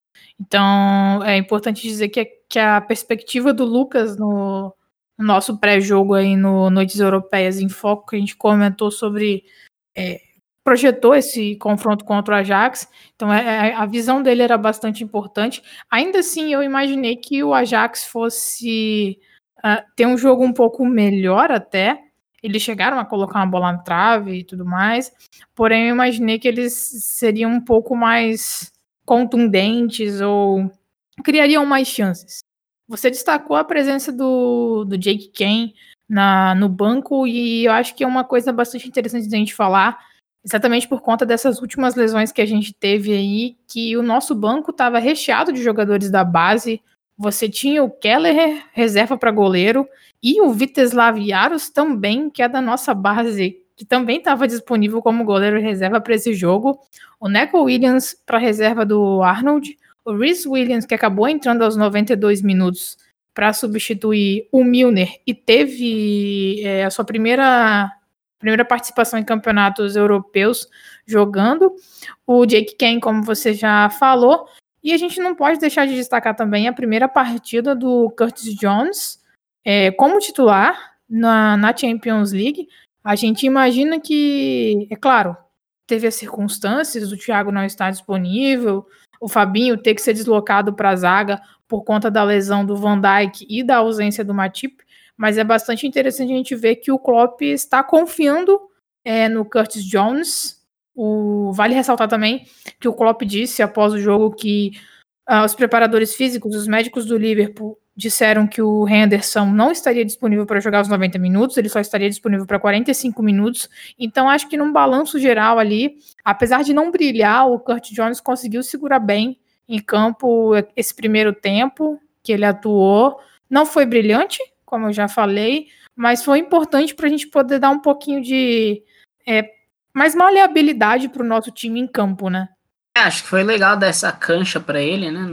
Então, é importante dizer que, que a perspectiva do Lucas no, no nosso pré-jogo aí no Noites Europeias em Foco, que a gente comentou sobre... É, projetou esse confronto contra o Ajax, então é, a visão dele era bastante importante. Ainda assim, eu imaginei que o Ajax fosse uh, ter um jogo um pouco melhor até. Eles chegaram a colocar uma bola na trave e tudo mais, porém eu imaginei que eles seriam um pouco mais contundentes ou criariam mais chances. Você destacou a presença do, do Jake Kane na, no banco, e eu acho que é uma coisa bastante interessante de a gente falar, exatamente por conta dessas últimas lesões que a gente teve aí, que o nosso banco estava recheado de jogadores da base. Você tinha o Kelleher, reserva para goleiro, e o Vítězslav Jaros também, que é da nossa base, que também estava disponível como goleiro reserva para esse jogo. O Neco Williams para reserva do Arnold. O Rhys Williams, que acabou entrando aos noventa e dois minutos para substituir o Milner e teve é, a sua primeira, primeira participação em campeonatos europeus jogando. O Jake Kane, como você já falou. E a gente não pode deixar de destacar também a primeira partida do Curtis Jones é, como titular na, na Champions League. A gente imagina que, é claro, teve as circunstâncias do Thiago não estar disponível, o Fabinho ter que ser deslocado para a zaga por conta da lesão do Van Dijk e da ausência do Matip, mas é bastante interessante a gente ver que o Klopp está confiando é, no Curtis Jones. O, vale ressaltar também que o Klopp disse após o jogo que uh, os preparadores físicos, os médicos do Liverpool, disseram que o Henderson não estaria disponível para jogar os noventa minutos, ele só estaria disponível para quarenta e cinco minutos. Então acho que num balanço geral ali, apesar de não brilhar, o Curtis Jones conseguiu segurar bem em campo esse primeiro tempo que ele atuou. Não foi brilhante, como eu já falei, mas foi importante para a gente poder dar um pouquinho de é, mais maleabilidade para o nosso time em campo, né? É, acho que foi legal dar essa cancha para ele, né?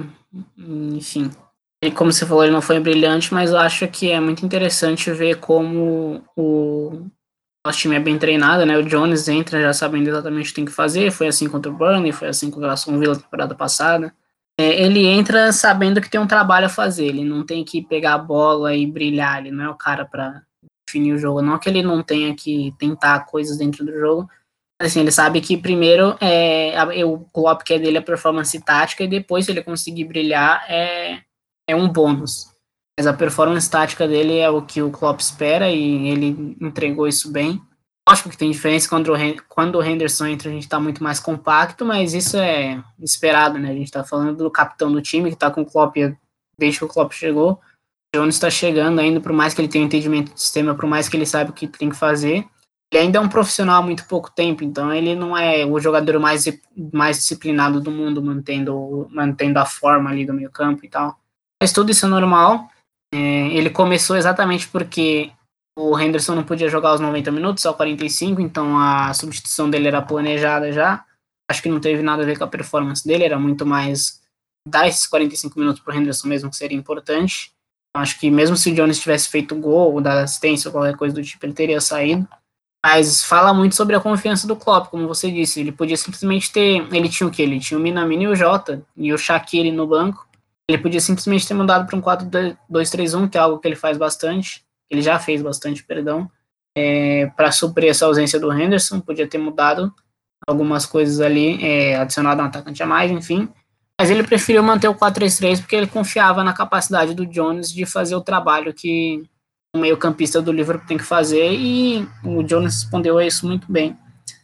Enfim, e como você falou, ele não foi brilhante, mas eu acho que é muito interessante ver como o nosso time é bem treinado, né? O Jones entra já sabendo exatamente o que tem que fazer. Foi assim contra o Burnley, foi assim com o Aston Villa na temporada passada. É, ele entra sabendo que tem um trabalho a fazer. Ele não tem que pegar a bola e brilhar. Ele não é o cara para definir o jogo. Não que ele não tenha que tentar coisas dentro do jogo. Mas assim, ele sabe que primeiro é, o Klopp quer dele a performance tática e depois, se ele conseguir brilhar, é, é um bônus. Mas a performance tática dele é o que o Klopp espera e ele entregou isso bem. Lógico que tem diferença quando o, quando o Henderson entra, a gente está muito mais compacto, mas isso é esperado, né? A gente está falando do capitão do time, que está com o Klopp desde que o Klopp chegou. O Jones está chegando ainda, por mais que ele tenha um entendimento do sistema, por mais que ele saiba o que tem que fazer. Ele ainda é um profissional há muito pouco tempo, então ele não é o jogador mais, mais disciplinado do mundo, mantendo, mantendo a forma ali do meio campo e tal. Mas tudo isso é normal. É, ele começou exatamente porque o Henderson não podia jogar os noventa minutos, só quarenta e cinco, então a substituição dele era planejada já. Acho que não teve nada a ver com a performance dele, era muito mais dar esses quarenta e cinco minutos para o Henderson mesmo, que seria importante. Acho que mesmo se o Jones tivesse feito gol, ou dado assistência, ou qualquer coisa do tipo, ele teria saído. Mas fala muito sobre a confiança do Klopp, como você disse. Ele podia simplesmente ter... Ele tinha o quê? Ele tinha o Minamino e o Jota, e o Shaqiri no banco. Ele podia simplesmente ter mudado para um quatro dois três um, que é algo que ele faz bastante. Ele já fez bastante, perdão. É, para suprir essa ausência do Henderson, podia ter mudado algumas coisas ali, é, adicionado um atacante a mais, enfim. Mas ele preferiu manter o quatro três três porque ele confiava na capacidade do Jones de fazer o trabalho que o meio-campista do Liverpool tem que fazer, e o Jones respondeu a isso muito bem.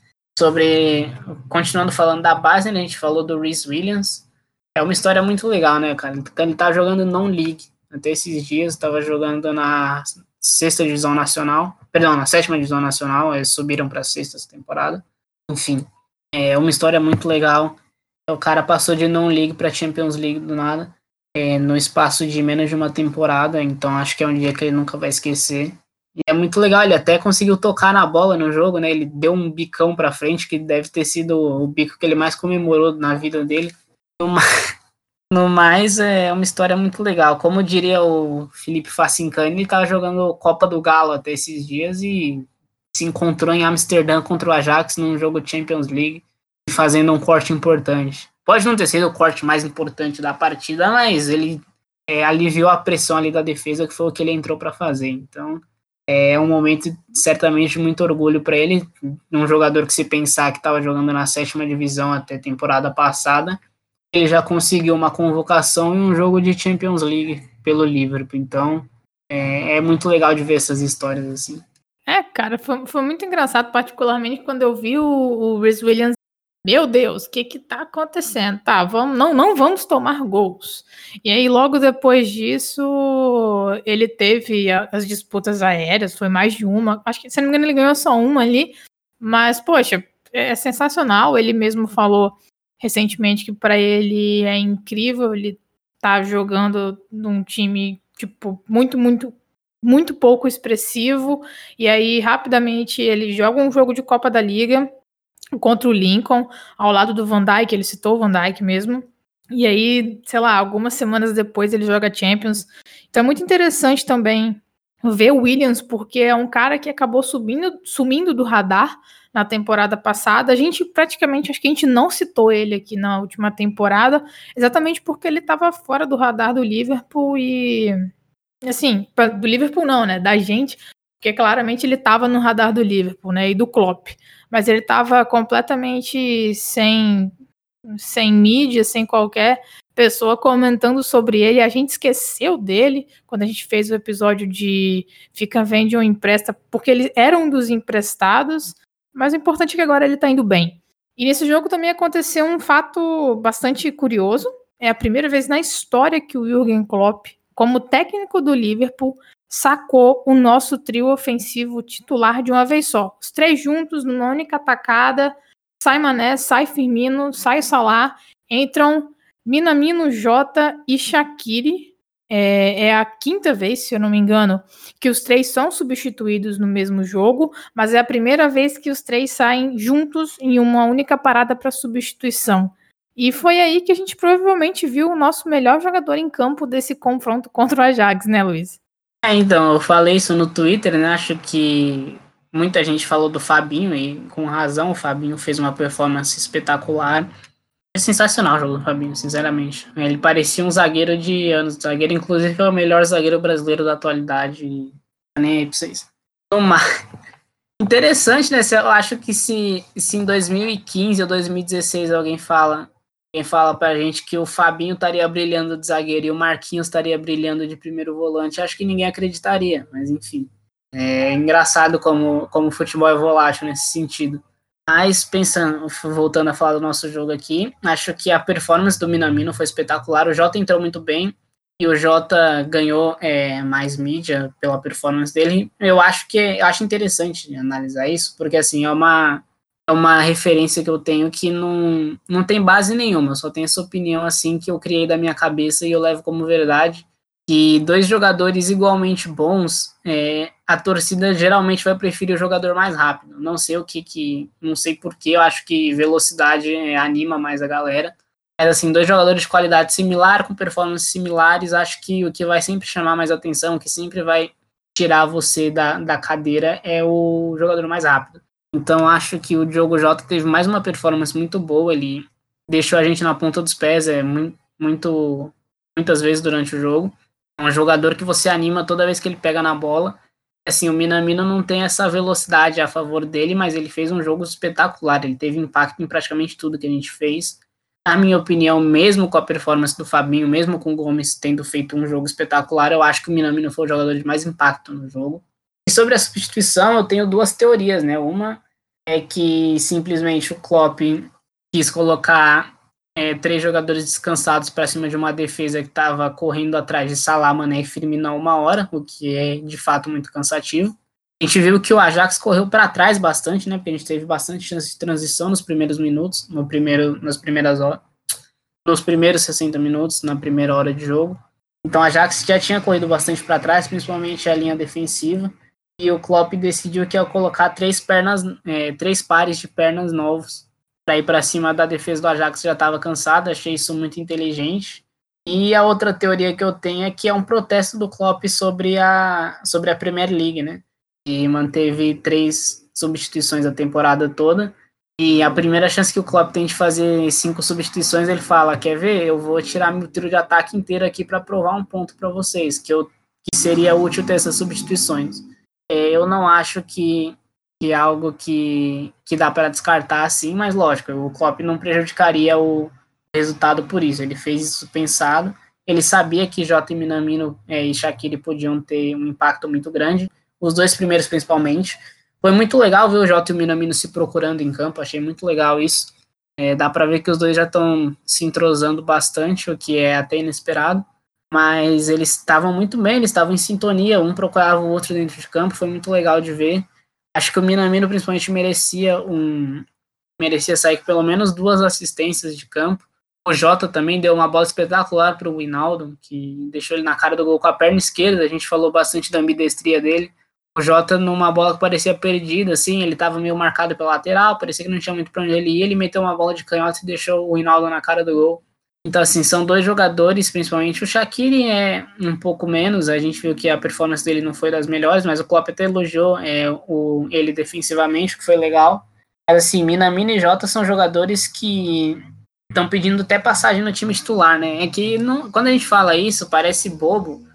Sobre, continuando falando da base, né, a gente falou do Rhys Williams. É uma história muito legal, né, cara? Ele tá jogando non-league. Até esses dias, estava jogando na sexta divisão nacional. Perdão, na sétima divisão nacional. Eles subiram para a sexta essa temporada. Enfim, é uma história muito legal. O cara passou de non-league para Champions League do nada. É, no espaço de menos de uma temporada, então acho que é um dia que ele nunca vai esquecer. E é muito legal, ele até conseguiu tocar na bola no jogo, né? Ele deu um bicão pra frente, que deve ter sido o bico que ele mais comemorou na vida dele. No mais, no mais é uma história muito legal. Como diria o Felipe Facincani, ele tava jogando Copa do Galo até esses dias e se encontrou em Amsterdã contra o Ajax num jogo Champions League, fazendo um corte importante. Pode não ter sido o corte mais importante da partida, mas ele é, aliviou a pressão ali da defesa, que foi o que ele entrou para fazer. Então, é um momento certamente de muito orgulho para ele, um jogador que, se pensar que estava jogando na sétima divisão até temporada passada, ele já conseguiu uma convocação em um jogo de Champions League pelo Liverpool. Então, é, é muito legal de ver essas histórias assim. É, cara, foi, foi muito engraçado, particularmente quando eu vi o, o Rhys Williams. Meu Deus, o que que tá acontecendo? Tá, vamos, não, não vamos tomar gols. E aí, logo depois disso, ele teve a, as disputas aéreas, foi mais de uma. Acho que, se não me engano, ele ganhou só uma ali. Mas, poxa, é sensacional. Ele mesmo falou recentemente que para ele é incrível ele tá jogando num time, tipo, muito, muito, muito pouco expressivo. E aí, rapidamente, ele joga um jogo de Copa da Liga contra o Lincoln, ao lado do Van Dijk, ele citou o Van Dijk mesmo, e aí, sei lá, algumas semanas depois ele joga Champions. Então é muito interessante também ver o Williams, porque é um cara que acabou subindo, sumindo do radar na temporada passada. A gente praticamente, acho que a gente não citou ele aqui na última temporada, exatamente porque ele estava fora do radar do Liverpool e, assim, do Liverpool não, né, da gente, porque claramente ele estava no radar do Liverpool, né, e do Klopp, mas ele estava completamente sem, sem mídia, sem qualquer pessoa comentando sobre ele. A gente esqueceu dele quando a gente fez o episódio de Fica, Vende ou Empresta, porque ele era um dos emprestados, mas o importante é que agora ele está indo bem. E nesse jogo também aconteceu um fato bastante curioso. É a primeira vez na história que o Jürgen Klopp, como técnico do Liverpool, sacou o nosso trio ofensivo titular de uma vez só. Os três juntos, numa única atacada, sai Mané, sai Firmino, sai Salah, entram Minamino, Jota e Shaqiri. É, é a quinta vez, se eu não me engano, que os três são substituídos no mesmo jogo, mas é a primeira vez que os três saem juntos em uma única parada para substituição. E foi aí que a gente provavelmente viu o nosso melhor jogador em campo desse confronto contra o Ajax, né, Luiz? É, então, eu falei isso no Twitter, né? Acho que muita gente falou do Fabinho e com razão, o Fabinho fez uma performance espetacular. É sensacional o jogo do Fabinho, sinceramente. Ele parecia um zagueiro de anos. Zagueiro, inclusive, é o melhor zagueiro brasileiro da atualidade. Nem aí pra vocês. Mas, interessante, né? Eu acho que se, se em dois mil e quinze ou dois mil e dezesseis alguém fala, alguém fala pra gente que o Fabinho estaria brilhando de zagueiro e o Marquinhos estaria brilhando de primeiro volante, acho que ninguém acreditaria. Mas, enfim. É engraçado como, como o futebol é volátil nesse sentido. Mas, pensando, voltando a falar do nosso jogo aqui, acho que a performance do Minamino foi espetacular. O Jota entrou muito bem e o Jota ganhou é, mais mídia pela performance dele. Eu acho que eu acho interessante analisar isso, porque assim, é uma, é uma referência que eu tenho que não, não tem base nenhuma. Eu só tenho essa opinião assim que eu criei da minha cabeça e eu levo como verdade. Que dois jogadores igualmente bons, é, a torcida geralmente vai preferir o jogador mais rápido. Não sei o que, que não sei porquê, eu acho que velocidade é, anima mais a galera. Mas assim, dois jogadores de qualidade similar, com performances similares, acho que o que vai sempre chamar mais atenção, o que sempre vai tirar você da, da cadeira é o jogador mais rápido. Então acho que o Diogo Jota teve mais uma performance muito boa, ele deixou a gente na ponta dos pés, é muito, muito muitas vezes durante o jogo. É um jogador que você anima toda vez que ele pega na bola. Assim, o Minamino não tem essa velocidade a favor dele, mas ele fez um jogo espetacular. Ele teve impacto em praticamente tudo que a gente fez. Na minha opinião, mesmo com a performance do Fabinho, mesmo com o Gomes tendo feito um jogo espetacular, eu acho que o Minamino foi o jogador de mais impacto no jogo. E sobre a substituição, eu tenho duas teorias, né? Uma é que simplesmente o Klopp quis colocar É, três jogadores descansados para cima de uma defesa que estava correndo atrás de Salah, Mané e Firmino há uma hora, o que é de fato muito cansativo. A gente viu que o Ajax correu para trás bastante, né? Porque a gente teve bastante chance de transição nos primeiros minutos, no primeiro, nas primeiras horas, nos primeiros sessenta minutos, na primeira hora de jogo. Então o Ajax já tinha corrido bastante para trás, principalmente a linha defensiva. E o Klopp decidiu que ia colocar três pernas, é, três pares de pernas novos para ir para cima da defesa do Ajax, já estava cansado, achei isso muito inteligente. E a outra teoria que eu tenho é que é um protesto do Klopp sobre a, sobre a Premier League, né? E manteve três substituições a temporada toda. E a primeira chance que o Klopp tem de fazer cinco substituições, ele fala, quer ver? Eu vou tirar meu trio de ataque inteiro aqui para provar um ponto para vocês, que, eu, que seria útil ter essas substituições. É, eu não acho que que é algo que, que dá para descartar assim, mas lógico, o Klopp não prejudicaria o resultado por isso, ele fez isso pensado, ele sabia que Jota e Minamino é, e Shaqiri podiam ter um impacto muito grande, os dois primeiros principalmente. Foi muito legal ver o Jota e o Minamino se procurando em campo, achei muito legal isso, é, dá para ver que os dois já estão se entrosando bastante, o que é até inesperado, mas eles estavam muito bem, eles estavam em sintonia, um procurava o outro dentro de campo, foi muito legal de ver. Acho que o Minamino principalmente merecia um merecia sair com pelo menos duas assistências de campo. O Jota também deu uma bola espetacular para o Wijnaldum, que deixou ele na cara do gol com a perna esquerda. A gente falou bastante da ambidestria dele. O Jota, numa bola que parecia perdida, assim, ele estava meio marcado pela lateral, parecia que não tinha muito para onde ele ir. Ele meteu uma bola de canhota e deixou o Wijnaldum na cara do gol. Então, assim, são dois jogadores, principalmente o Shaqiri é um pouco menos, a gente viu que a performance dele não foi das melhores, mas o Klopp até elogiou é, o, ele defensivamente, que foi legal. Mas, assim, Minamino e Jota são jogadores que estão pedindo até passagem no time titular, né? É que não, quando a gente fala isso, parece bobo,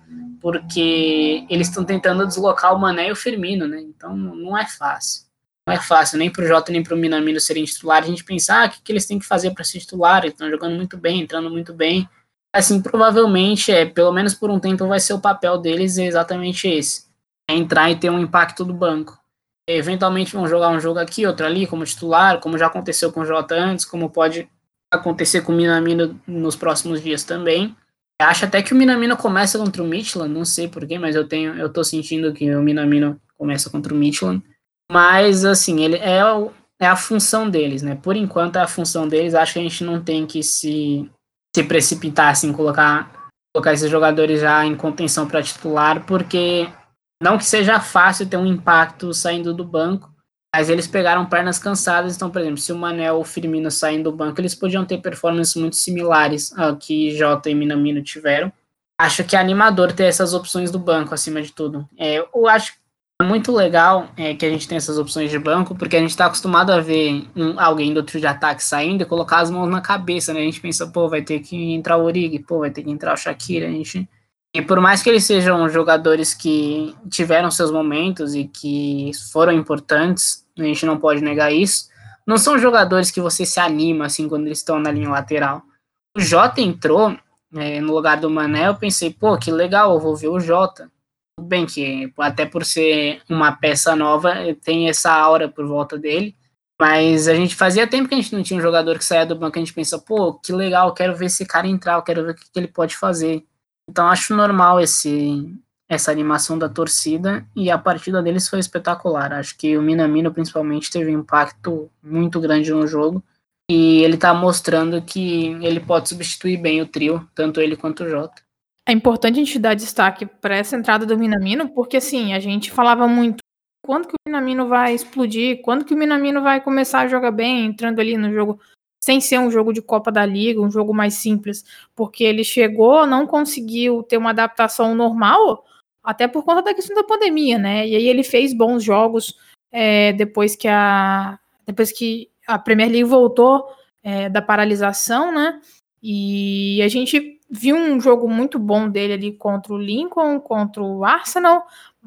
porque eles estão tentando deslocar o Mané e o Firmino, né? Então, não é fácil. Não é fácil, nem para o Jota nem para o Minamino serem titulares. A gente pensar, ah, o que, que eles têm que fazer para ser titular? Eles estão jogando muito bem, entrando muito bem. Assim, provavelmente, é, pelo menos por um tempo, vai ser o papel deles exatamente esse. É entrar e ter um impacto do banco. E, eventualmente vão jogar um jogo aqui, outro ali, como titular, como já aconteceu com o Jota antes, como pode acontecer com o Minamino nos próximos dias também. Acho até que o Minamino começa contra o Midtjylland, não sei porquê, mas eu, tenho, eu tô sentindo que o Minamino começa contra o Midtjylland. Mas, assim, ele é, o, é a função deles, né? Por enquanto é a função deles. Acho que a gente não tem que se, se precipitasse em colocar, colocar esses jogadores já em contenção para titular, porque não que seja fácil ter um impacto saindo do banco, mas eles pegaram pernas cansadas. Então, por exemplo, se o Mané ou o Firmino saem do banco, eles podiam ter performances muito similares ao que Jota e Minamino tiveram. Acho que é animador ter essas opções do banco, acima de tudo. É, eu acho muito legal é, que a gente tem essas opções de banco, porque a gente está acostumado a ver um, alguém do trio de ataque saindo e colocar as mãos na cabeça, né? A gente pensa, pô, vai ter que entrar o Origi, pô, vai ter que entrar o Shaqiri. A gente... E por mais que eles sejam jogadores que tiveram seus momentos e que foram importantes, a gente não pode negar isso, não são jogadores que você se anima assim quando eles estão na linha lateral. O Jota entrou é, no lugar do Mané, eu pensei, pô, que legal, eu vou ver o Jota. Tudo bem que até por ser uma peça nova, tem essa aura por volta dele, mas a gente fazia tempo que a gente não tinha um jogador que saía do banco, a gente pensa, pô, que legal, eu quero ver esse cara entrar, eu quero ver o que ele pode fazer. Então acho normal esse, essa animação da torcida, e a partida deles foi espetacular. Acho que o Minamino principalmente teve um impacto muito grande no jogo, e ele tá mostrando que ele pode substituir bem o trio, tanto ele quanto o Jota. É importante a gente dar destaque para essa entrada do Minamino, porque assim, a gente falava muito quando que o Minamino vai explodir, quando que o Minamino vai começar a jogar bem, entrando ali no jogo, sem ser um jogo de Copa da Liga, um jogo mais simples, porque ele chegou, não conseguiu ter uma adaptação normal, até por conta da questão da pandemia, né? E aí ele fez bons jogos é, depois que a depois que a Premier League voltou é, da paralisação, né? E a gente viu um jogo muito bom dele ali contra o Lincoln, contra o Arsenal,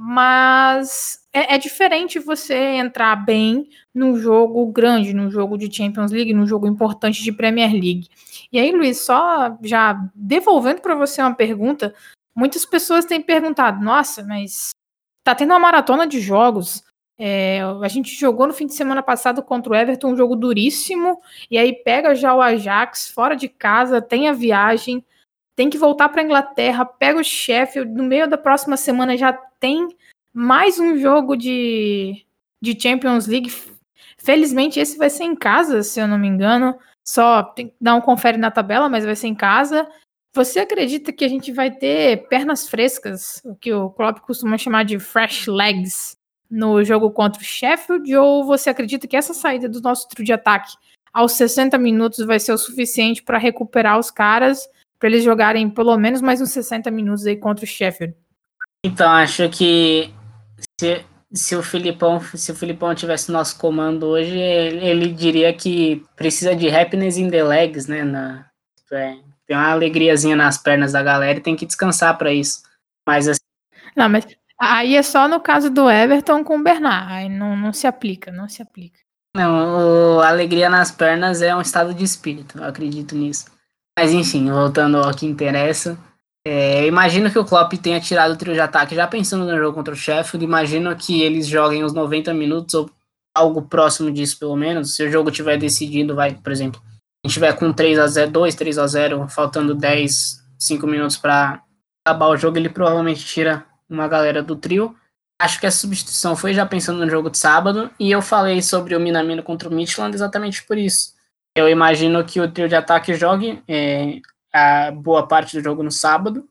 mas é, é diferente você entrar bem num jogo grande, num jogo de Champions League, num jogo importante de Premier League. E aí, Luiz, só já devolvendo para você uma pergunta, muitas pessoas têm perguntado, nossa, mas tá tendo uma maratona de jogos, é, a gente jogou no fim de semana passado contra o Everton, um jogo duríssimo, e aí pega já o Ajax fora de casa, tem a viagem, tem que voltar para a Inglaterra, pega o Sheffield, no meio da próxima semana já tem mais um jogo de, de Champions League. Felizmente esse vai ser em casa, se eu não me engano, só tem que dar um confere na tabela, mas vai ser em casa. Você acredita que a gente vai ter pernas frescas, o que o Klopp costuma chamar de fresh legs, no jogo contra o Sheffield, ou você acredita que essa saída do nosso trio de ataque aos sessenta minutos vai ser o suficiente para recuperar os caras, para eles jogarem pelo menos mais uns sessenta minutos aí contra o Sheffield? Então, acho que se, se o Filipão se o Filipão tivesse nosso comando hoje, ele, ele diria que precisa de happiness in the legs, né? Na, é, tem uma alegriazinha nas pernas da galera e tem que descansar para isso. Mas assim, não, mas aí é só no caso do Everton com o Bernard, aí não, não se aplica, não se aplica. Não, o, a alegria nas pernas é um estado de espírito, eu acredito nisso. Mas enfim, voltando ao que interessa, é, imagino que o Klopp tenha tirado o trio de ataque já pensando no jogo contra o Sheffield. Imagino que eles joguem os noventa minutos ou algo próximo disso, pelo menos. Se o jogo tiver decidido, vai, por exemplo, a gente tiver com três a zero, dois, três a zero, faltando dez, cinco minutos para acabar o jogo, ele provavelmente tira uma galera do trio. Acho que essa substituição foi já pensando no jogo de sábado, e eu falei sobre o Minamino contra o Midtjylland exatamente por isso. Eu imagino que o trio de ataque jogue é, a boa parte do jogo no sábado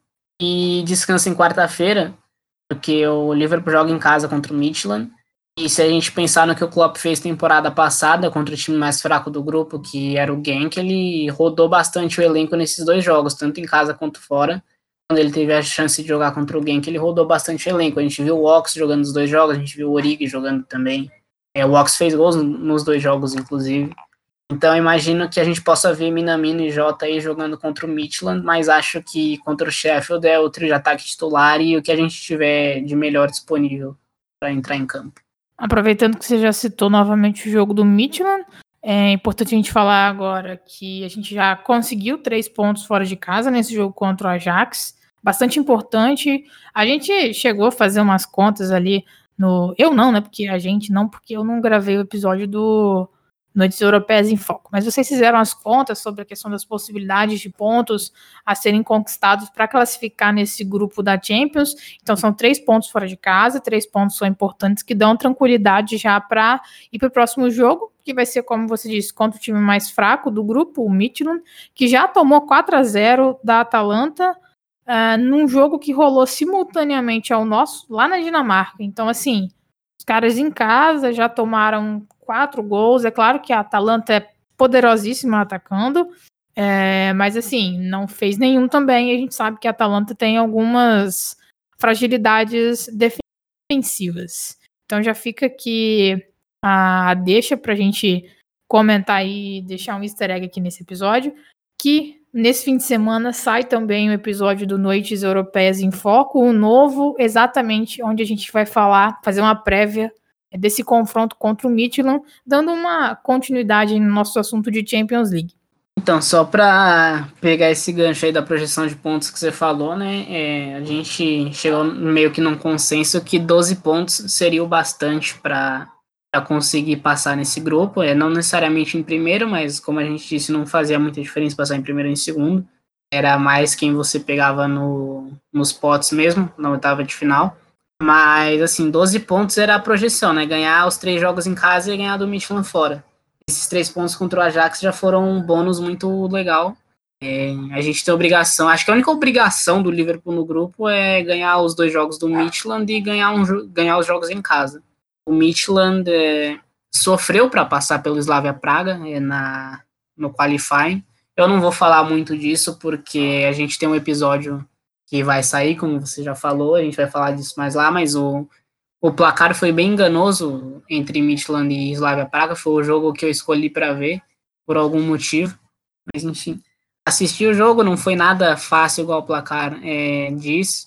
e descansa em quarta-feira, porque o Liverpool joga em casa contra o Midtjylland. E se a gente pensar no que o Klopp fez temporada passada contra o time mais fraco do grupo, que era o Genk, ele rodou bastante o elenco nesses dois jogos, tanto em casa quanto fora. Quando ele teve a chance de jogar contra o Genk, ele rodou bastante o elenco. A gente viu o Ox jogando os dois jogos, a gente viu o Origi jogando também. É, o Ox fez gols nos dois jogos, inclusive. Então, imagino que a gente possa ver Minamino e Jota aí jogando contra o Midtjylland, mas acho que contra o Sheffield é o trio de ataque titular e o que a gente tiver de melhor disponível para entrar em campo. Aproveitando que você já citou novamente o jogo do Midtjylland, é importante a gente falar agora que a gente já conseguiu três pontos fora de casa nesse jogo contra o Ajax, bastante importante. A gente chegou a fazer umas contas ali no... Eu não, né? Porque a gente não, porque eu não gravei o episódio do... Noites Europeias em Foco. Mas vocês fizeram as contas sobre a questão das possibilidades de pontos a serem conquistados para classificar nesse grupo da Champions. Então são três pontos fora de casa, três pontos são importantes que dão tranquilidade já para ir para o próximo jogo, que vai ser, como você disse, contra o time mais fraco do grupo, o Midtjylland, que já tomou quatro a zero da Atalanta, Uh, num jogo que rolou simultaneamente ao nosso, lá na Dinamarca. Então, assim, os caras em casa já tomaram quatro gols. É claro que a Atalanta é poderosíssima atacando, é, mas, assim, não fez nenhum também. E a gente sabe que a Atalanta tem algumas fragilidades defensivas. Então, já fica aqui a deixa pra gente comentar e deixar um easter egg aqui nesse episódio, que nesse fim de semana sai também o episódio do Noites Europeias em Foco, o novo, exatamente onde a gente vai falar, fazer uma prévia desse confronto contra o Midtjylland, dando uma continuidade no nosso assunto de Champions League. Então, só para pegar esse gancho aí da projeção de pontos que você falou, né, é, a gente chegou meio que num consenso que doze pontos seria o bastante para para conseguir passar nesse grupo, é, não necessariamente em primeiro, mas como a gente disse, não fazia muita diferença passar em primeiro ou em segundo, era mais quem você pegava no, nos potes mesmo, na oitava de final, mas assim, doze pontos era a projeção, né, ganhar os três jogos em casa e ganhar do Midtjylland fora. Esses três pontos contra o Ajax já foram um bônus muito legal, é, a gente tem obrigação, acho que a única obrigação do Liverpool no grupo é ganhar os dois jogos do Midtjylland e ganhar, um, ganhar os jogos em casa. O Midtjylland é, sofreu para passar pelo Slavia Praga é, na, no qualifying. Eu não vou falar muito disso porque a gente tem um episódio que vai sair, como você já falou, a gente vai falar disso mais lá, mas o, o placar foi bem enganoso entre Midtjylland e Slavia Praga, foi o jogo que eu escolhi para ver, por algum motivo, mas enfim, assisti o jogo, não foi nada fácil igual o placar é, diz,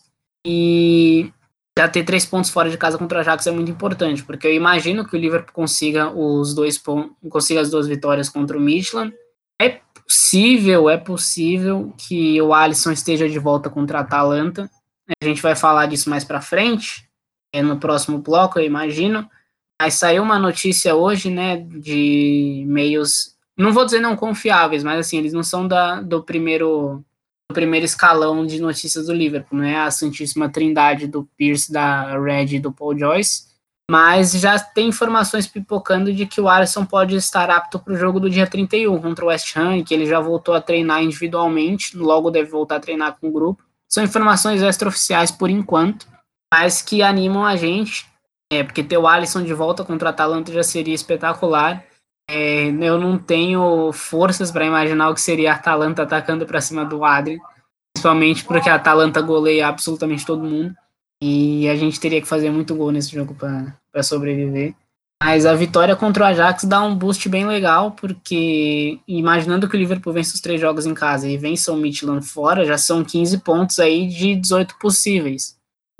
e já ter três pontos fora de casa contra o Ajax é muito importante, porque eu imagino que o Liverpool consiga os dois pontos, consiga as duas vitórias contra o Midtjylland. É possível, é possível que o Alisson esteja de volta contra a Atalanta. A gente vai falar disso mais para frente, é, no próximo bloco, eu imagino. Mas saiu uma notícia hoje, né, de meios, não vou dizer não confiáveis, mas assim, eles não são da, do primeiro... o primeiro escalão de notícias do Liverpool, né? A Santíssima Trindade do Pierce, da Red e do Paul Joyce, mas já tem informações pipocando de que o Alisson pode estar apto para o jogo do dia trinta e um contra o West Ham, que ele já voltou a treinar individualmente, logo deve voltar a treinar com o grupo. São informações extraoficiais por enquanto, mas que animam a gente, é, porque ter o Alisson de volta contra a Atalanta já seria espetacular. É, eu não tenho forças para imaginar o que seria a Atalanta atacando para cima do Adrian, principalmente porque a Atalanta goleia absolutamente todo mundo e a gente teria que fazer muito gol nesse jogo para sobreviver. Mas a vitória contra o Ajax dá um boost bem legal, porque imaginando que o Liverpool vence os três jogos em casa e vence o Midtjylland fora, já são quinze pontos aí de dezoito possíveis.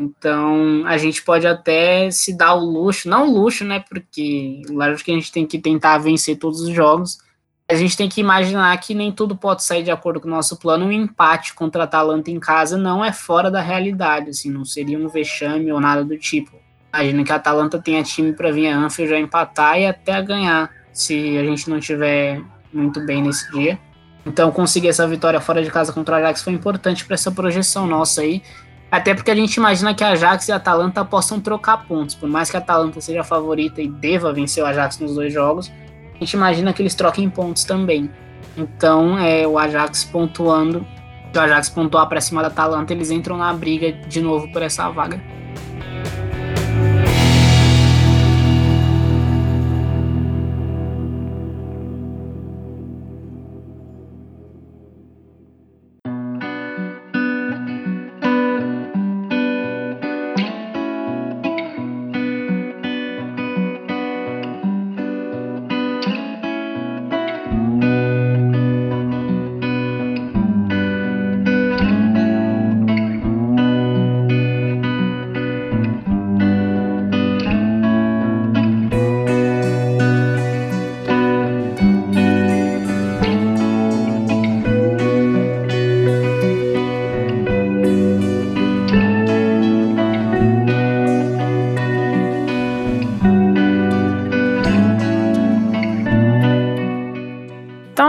Então, a gente pode até se dar o luxo, não o luxo, né, porque lógico que a gente tem que tentar vencer todos os jogos, a gente tem que imaginar que nem tudo pode sair de acordo com o nosso plano. Um empate contra a Atalanta em casa não é fora da realidade, assim, não seria um vexame ou nada do tipo. Imagina que a Atalanta tenha time para vir a Anfield já empatar e até ganhar, se a gente não estiver muito bem nesse dia. Então, conseguir essa vitória fora de casa contra o Ajax foi importante para essa projeção nossa aí. Até porque a gente imagina que a Ajax e a Atalanta possam trocar pontos. Por mais que a Atalanta seja a favorita e deva vencer o Ajax nos dois jogos, a gente imagina que eles troquem pontos também. Então, é, o Ajax pontuando, se o Ajax pontuar para cima da Atalanta, eles entram na briga de novo por essa vaga.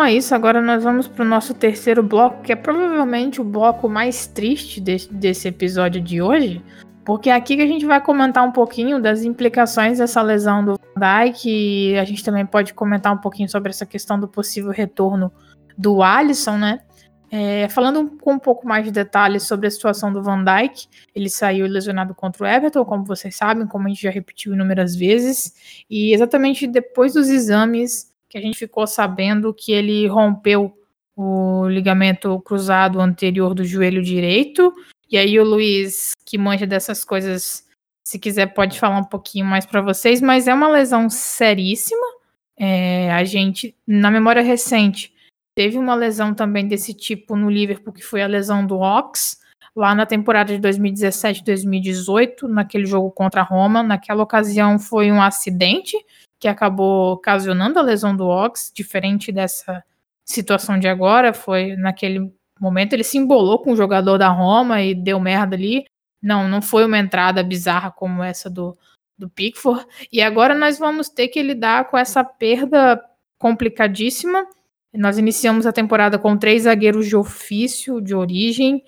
é isso, agora nós vamos para o nosso terceiro bloco, que é provavelmente o bloco mais triste desse, desse episódio de hoje, porque é aqui que a gente vai comentar um pouquinho das implicações dessa lesão do Van Dijk, e a gente também pode comentar um pouquinho sobre essa questão do possível retorno do Alisson, né? É, falando com um pouco mais de detalhes sobre a situação do Van Dijk, ele saiu lesionado contra o Everton, como vocês sabem, como a gente já repetiu inúmeras vezes, e exatamente depois dos exames que a gente ficou sabendo que ele rompeu o ligamento cruzado anterior do joelho direito. E aí o Luiz, que manja dessas coisas, se quiser pode falar um pouquinho mais para vocês, mas é uma lesão seríssima. É, a gente, na memória recente, teve uma lesão também desse tipo no Liverpool, que foi a lesão do Ox, lá na temporada de dois mil e dezessete, dois mil e dezoito, naquele jogo contra a Roma. Naquela ocasião foi um acidente que acabou ocasionando a lesão do Ox, diferente dessa situação de agora. Foi naquele momento, ele se embolou com o jogador da Roma e deu merda ali. Não, não foi uma entrada bizarra como essa do, do Pickford. E agora nós vamos ter que lidar com essa perda complicadíssima. Nós iniciamos a temporada com três zagueiros de ofício, de origem,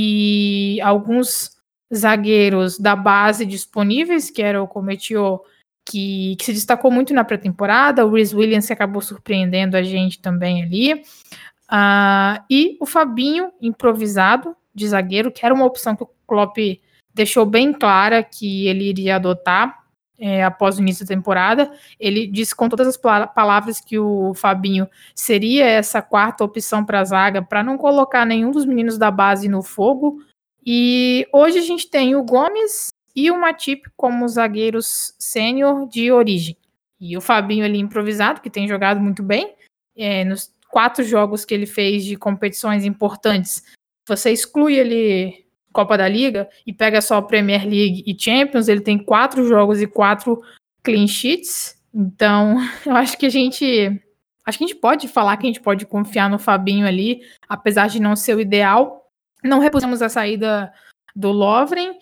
e alguns zagueiros da base disponíveis, que era o Cometio, que, que se destacou muito na pré-temporada, o Rhys Williams, que acabou surpreendendo a gente também ali, uh, e o Fabinho, improvisado, de zagueiro, que era uma opção que o Klopp deixou bem clara que ele iria adotar é, após o início da temporada. Ele disse com todas as palavras que o Fabinho seria essa quarta opção para a zaga, para não colocar nenhum dos meninos da base no fogo. E hoje a gente tem o Gomes e o Matip como zagueiros sênior de origem. E o Fabinho ali improvisado, que tem jogado muito bem. É, nos quatro jogos que ele fez de competições importantes, você exclui ele Copa da Liga e pega só Premier League e Champions, ele tem quatro jogos e quatro clean sheets. Então, eu acho que a gente... Acho que a gente pode falar que a gente pode confiar no Fabinho ali, apesar de não ser o ideal. Não repusemos a saída do Lovren,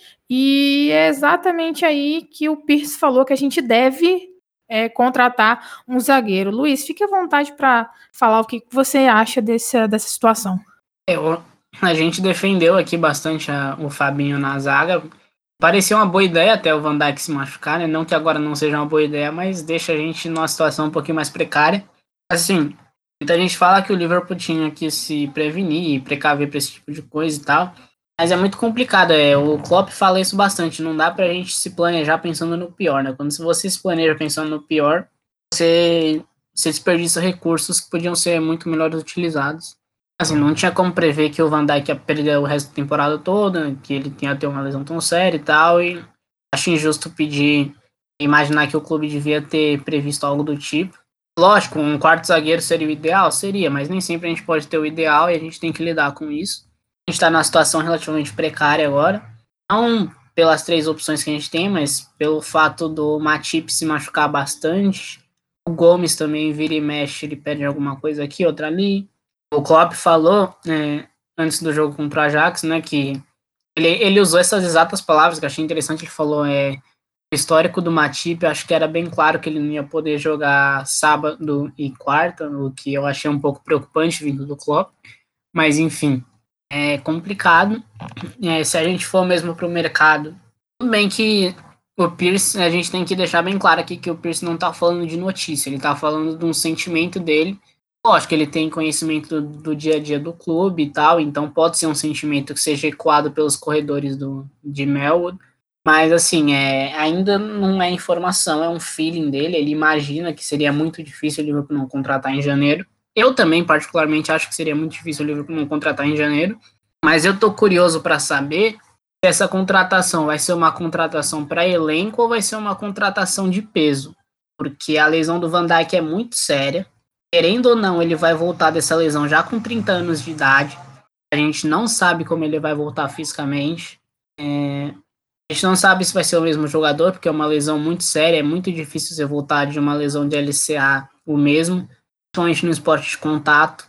e é exatamente aí que o Pierce falou que a gente deve é, contratar um zagueiro. Luiz, fique à vontade para falar o que você acha desse, dessa situação. Eu, a gente defendeu aqui bastante a, o Fabinho na zaga. Parecia uma boa ideia até o Van Dijk se machucar, né? Não que agora não seja uma boa ideia, mas deixa a gente numa situação um pouquinho mais precária. Assim, muita gente fala que o Liverpool tinha que se prevenir e precaver para esse tipo de coisa e tal. Mas é muito complicado, é, o Klopp fala isso bastante, não dá pra gente se planejar pensando no pior, né? Quando você se planeja pensando no pior, você, você desperdiça recursos que podiam ser muito melhores utilizados. Assim, não tinha como prever que o Van Dijk ia perder o resto da temporada toda, que ele tinha ter uma lesão tão séria e tal, e acho injusto pedir, imaginar que o clube devia ter previsto algo do tipo. Lógico, um quarto zagueiro seria o ideal? Seria, mas nem sempre a gente pode ter o ideal e a gente tem que lidar com isso. A gente está numa situação relativamente precária agora, não pelas três opções que a gente tem, mas pelo fato do Matip se machucar bastante, o Gomes também vira e mexe, ele perde alguma coisa aqui, outra ali. O Klopp falou, né, antes do jogo contra o Ajax, né, que ele, ele usou essas exatas palavras, que eu achei interessante. Ele falou, é, o histórico do Matip, acho que era bem claro que ele não ia poder jogar sábado e quarta, o que eu achei um pouco preocupante vindo do Klopp, mas enfim. É complicado, é, se a gente for mesmo para o mercado. Tudo bem que o Pierce, a gente tem que deixar bem claro aqui que o Pierce não está falando de notícia, ele está falando de um sentimento dele. Lógico que ele tem conhecimento do, do dia a dia do clube e tal, então pode ser um sentimento que seja ecoado pelos corredores do, de Melwood, mas assim, é, ainda não é informação, é um feeling dele. Ele imagina que seria muito difícil o Liverpool não contratar em janeiro. Eu também, particularmente, acho que seria muito difícil o Liverpool não contratar em janeiro. Mas eu tô curioso para saber se essa contratação vai ser uma contratação para elenco ou vai ser uma contratação de peso. Porque a lesão do Van Dijk é muito séria. Querendo ou não, ele vai voltar dessa lesão já com trinta anos de idade. A gente não sabe como ele vai voltar fisicamente. É... A gente não sabe se vai ser o mesmo jogador, porque é uma lesão muito séria. É muito difícil você voltar de uma lesão de L C A o mesmo, principalmente no esporte de contato.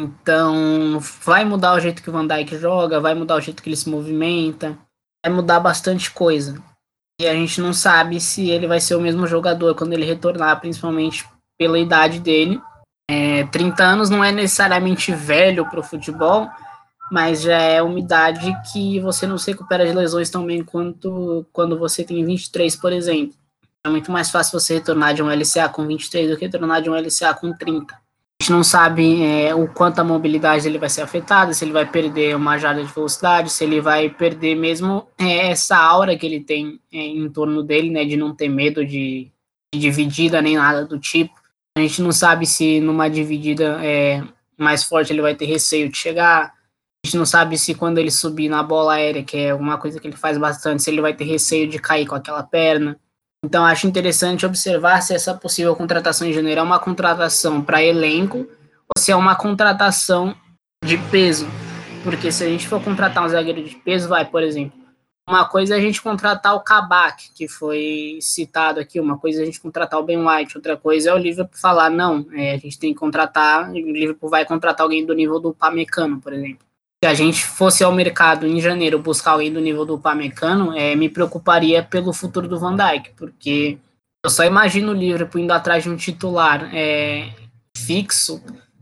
Então, vai mudar o jeito que o Van Dijk joga, vai mudar o jeito que ele se movimenta, vai mudar bastante coisa. E a gente não sabe se ele vai ser o mesmo jogador quando ele retornar, principalmente pela idade dele. É, trinta anos não é necessariamente velho para o futebol, mas já é uma idade que você não se recupera de lesões tão bem quanto quando você tem vinte e três, por exemplo. É muito mais fácil você retornar de um L C A com vinte e três do que retornar de um L C A com trinta. A gente não sabe é, o quanto a mobilidade dele vai ser afetada, se ele vai perder uma jarda de velocidade, se ele vai perder mesmo é, essa aura que ele tem é, em torno dele, né, de não ter medo de, de dividida nem nada do tipo. A gente não sabe se numa dividida é, mais forte ele vai ter receio de chegar. A gente não sabe se quando ele subir na bola aérea, que é uma coisa que ele faz bastante, se ele vai ter receio de cair com aquela perna. Então, acho interessante observar se essa possível contratação em janeiro é uma contratação para elenco ou se é uma contratação de peso. Porque se a gente for contratar um zagueiro de peso, vai, por exemplo, uma coisa é a gente contratar o Kabak, que foi citado aqui, uma coisa é a gente contratar o Ben White, outra coisa é o Liverpool falar, não, é, a gente tem que contratar, o Liverpool vai contratar alguém do nível do Upamecano, por exemplo. Se a gente fosse ao mercado em janeiro buscar alguém do nível do Upamecano, é, me preocuparia pelo futuro do Van Dijk, porque eu só imagino o Liverpool indo atrás de um titular é, fixo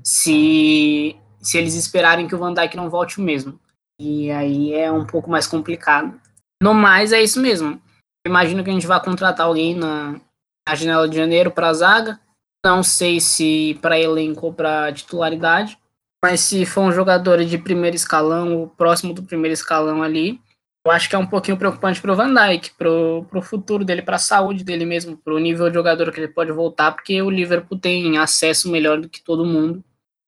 se, se eles esperarem que o Van Dijk não volte mesmo. E aí é um pouco mais complicado. No mais, é isso mesmo. Eu imagino que a gente vai contratar alguém na, na janela de janeiro para a zaga. Não sei se para elenco ou para titularidade. Mas se for um jogador de primeiro escalão, ou próximo do primeiro escalão ali, eu acho que é um pouquinho preocupante para o Van Dijk, para o futuro dele, para a saúde dele mesmo, para o nível de jogador que ele pode voltar, porque o Liverpool tem acesso melhor do que todo mundo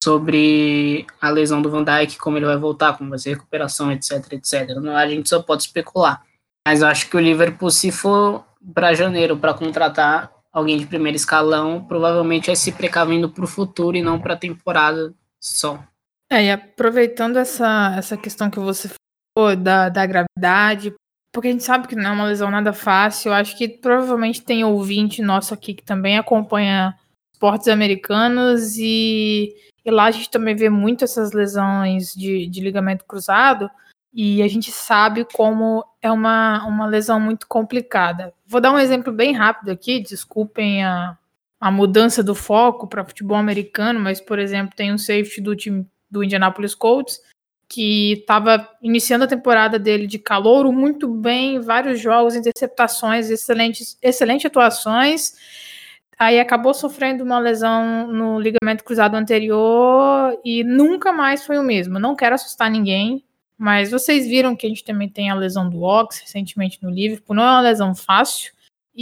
sobre a lesão do Van Dijk, como ele vai voltar, como vai ser a recuperação, etc, etcétera. A gente só pode especular. Mas eu acho que o Liverpool, se for para janeiro para contratar alguém de primeiro escalão, provavelmente é se precavendo para o futuro e não para a temporada só. É, e aproveitando essa, essa questão que você falou da, da gravidade, porque a gente sabe que não é uma lesão nada fácil, eu acho que provavelmente tem ouvinte nosso aqui que também acompanha esportes americanos e, e lá a gente também vê muito essas lesões de, de ligamento cruzado e a gente sabe como é uma, uma lesão muito complicada. Vou dar um exemplo bem rápido aqui, desculpem a a mudança do foco para futebol americano, mas, por exemplo, tem um safety do time do Indianapolis Colts que estava iniciando a temporada dele de calouro muito bem, vários jogos, interceptações, excelentes, excelentes atuações, aí acabou sofrendo uma lesão no ligamento cruzado anterior e nunca mais foi o mesmo. Não quero assustar ninguém, mas vocês viram que a gente também tem a lesão do Ox recentemente no Liverpool, não é uma lesão fácil.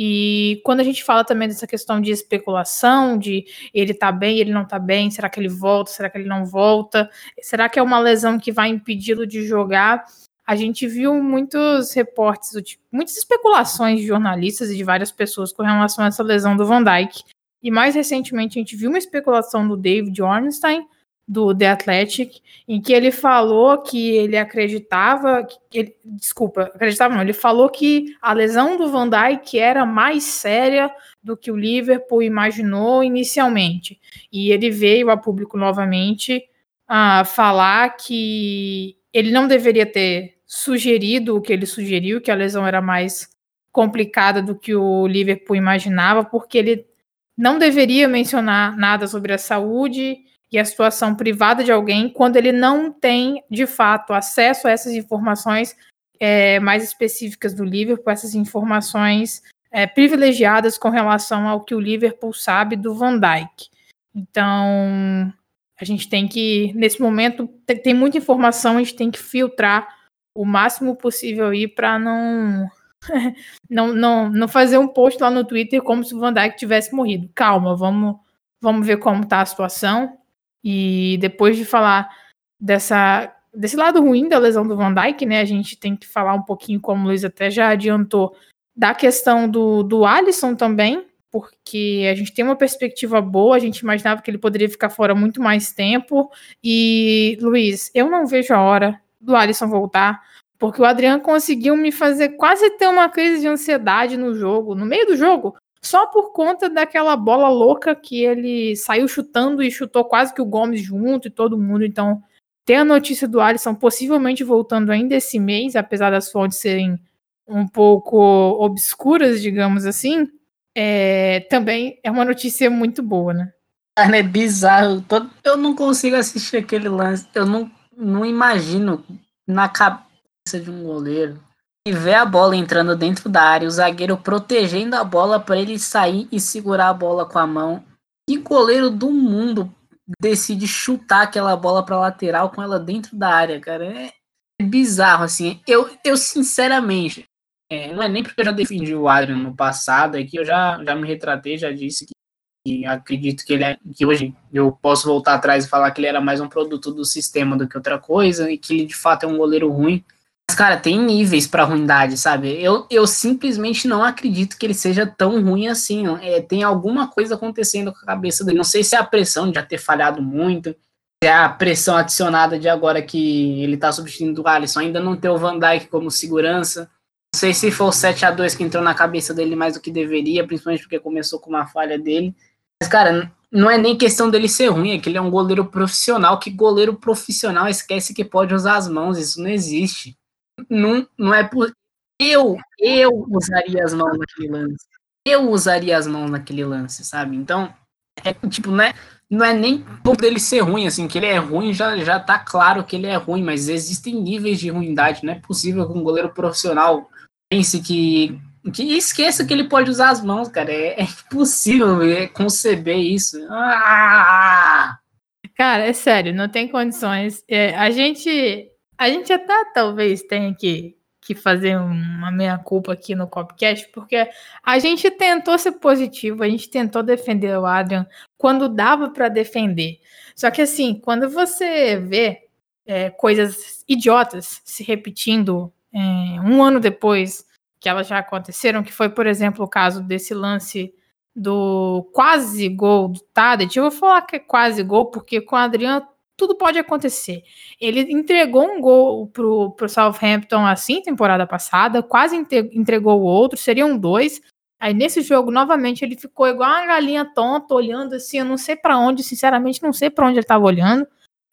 E quando a gente fala também dessa questão de especulação, de ele tá bem, ele não tá bem, será que ele volta, será que ele não volta, será que é uma lesão que vai impedi-lo de jogar? A gente viu muitos reportes, muitas especulações de jornalistas e de várias pessoas com relação a essa lesão do Van Dijk. E mais recentemente a gente viu uma especulação do David Ornstein, do The Athletic, em que ele falou que ele acreditava, que ele, desculpa, acreditava não, ele falou que a lesão do Van Dijk era mais séria do que o Liverpool imaginou inicialmente. E ele veio a público novamente a falar que ele não deveria ter sugerido o que ele sugeriu, que a lesão era mais complicada do que o Liverpool imaginava, porque ele não deveria mencionar nada sobre a saúde e a situação privada de alguém quando ele não tem, de fato, acesso a essas informações é, mais específicas do Liverpool, essas informações é, privilegiadas com relação ao que o Liverpool sabe do Van Dijk. Então, a gente tem que, nesse momento, tem, tem muita informação, a gente tem que filtrar o máximo possível aí para não, não, não, não fazer um post lá no Twitter como se o Van Dijk tivesse morrido. Calma, vamos, vamos ver como está a situação. E depois de falar dessa, desse lado ruim da lesão do Van Dijk, né, a gente tem que falar um pouquinho, como o Luiz até já adiantou, da questão do, do Alisson também, porque a gente tem uma perspectiva boa, a gente imaginava que ele poderia ficar fora muito mais tempo. E, Luiz, eu não vejo a hora do Alisson voltar, porque o Adriano conseguiu me fazer quase ter uma crise de ansiedade no jogo, no meio do jogo, só por conta daquela bola louca que ele saiu chutando e chutou quase que o Gomes junto e todo mundo. Então, ter a notícia do Alisson possivelmente voltando ainda esse mês, apesar das fontes serem um pouco obscuras, digamos assim, é, também é uma notícia muito boa, né? Cara, é bizarro. Todo- Eu não consigo assistir aquele lance. Eu não, não imagino na cabeça de um goleiro e ver a bola entrando dentro da área, o zagueiro protegendo a bola para ele sair e segurar a bola com a mão. Que goleiro do mundo decide chutar aquela bola para lateral com ela dentro da área, cara? É, é bizarro, assim. Eu, eu sinceramente, é, não é nem porque eu já defendi o Adrian no passado, é que eu já, já me retratei, já disse que e acredito que ele é, que hoje eu posso voltar atrás e falar que ele era mais um produto do sistema do que outra coisa e que ele de fato é um goleiro ruim. Mas, cara, tem níveis pra ruindade, sabe? Eu, eu simplesmente não acredito que ele seja tão ruim assim. É, tem alguma coisa acontecendo com a cabeça dele. Não sei se é a pressão de já ter falhado muito, se é a pressão adicionada de agora que ele tá substituindo o Alisson, ainda não ter o Van Dijk como segurança. Não sei se foi o sete a dois que entrou na cabeça dele mais do que deveria, principalmente porque começou com uma falha dele. Mas, cara, não é nem questão dele ser ruim, é que ele é um goleiro profissional, que goleiro profissional esquece que pode usar as mãos, isso não existe. Não, não é por... Eu, eu usaria as mãos naquele lance. Eu usaria as mãos naquele lance, sabe? Então, é tipo, não é, não é nem por dele ser ruim, assim, que ele é ruim, já, já tá claro que ele é ruim, mas existem níveis de ruindade, não é possível que um goleiro profissional pense que que esqueça que ele pode usar as mãos, cara. É, é impossível é, conceber isso. Ah! Cara, é sério, não tem condições. É, a gente, a gente até talvez tenha que, que fazer uma meia-culpa aqui no Copcast, porque a gente tentou ser positivo, a gente tentou defender o Adrian quando dava para defender. Só que assim, quando você vê é, coisas idiotas se repetindo é, um ano depois que elas já aconteceram, que foi, por exemplo, o caso desse lance do quase gol do Tadic. Eu vou falar que é quase gol, porque com o Adriano tudo pode acontecer. Ele entregou um gol pro, pro Southampton assim, temporada passada, quase entregou o outro, seriam dois. Aí nesse jogo, novamente, ele ficou igual uma galinha tonta, olhando assim, eu não sei para onde, sinceramente, não sei para onde ele estava olhando.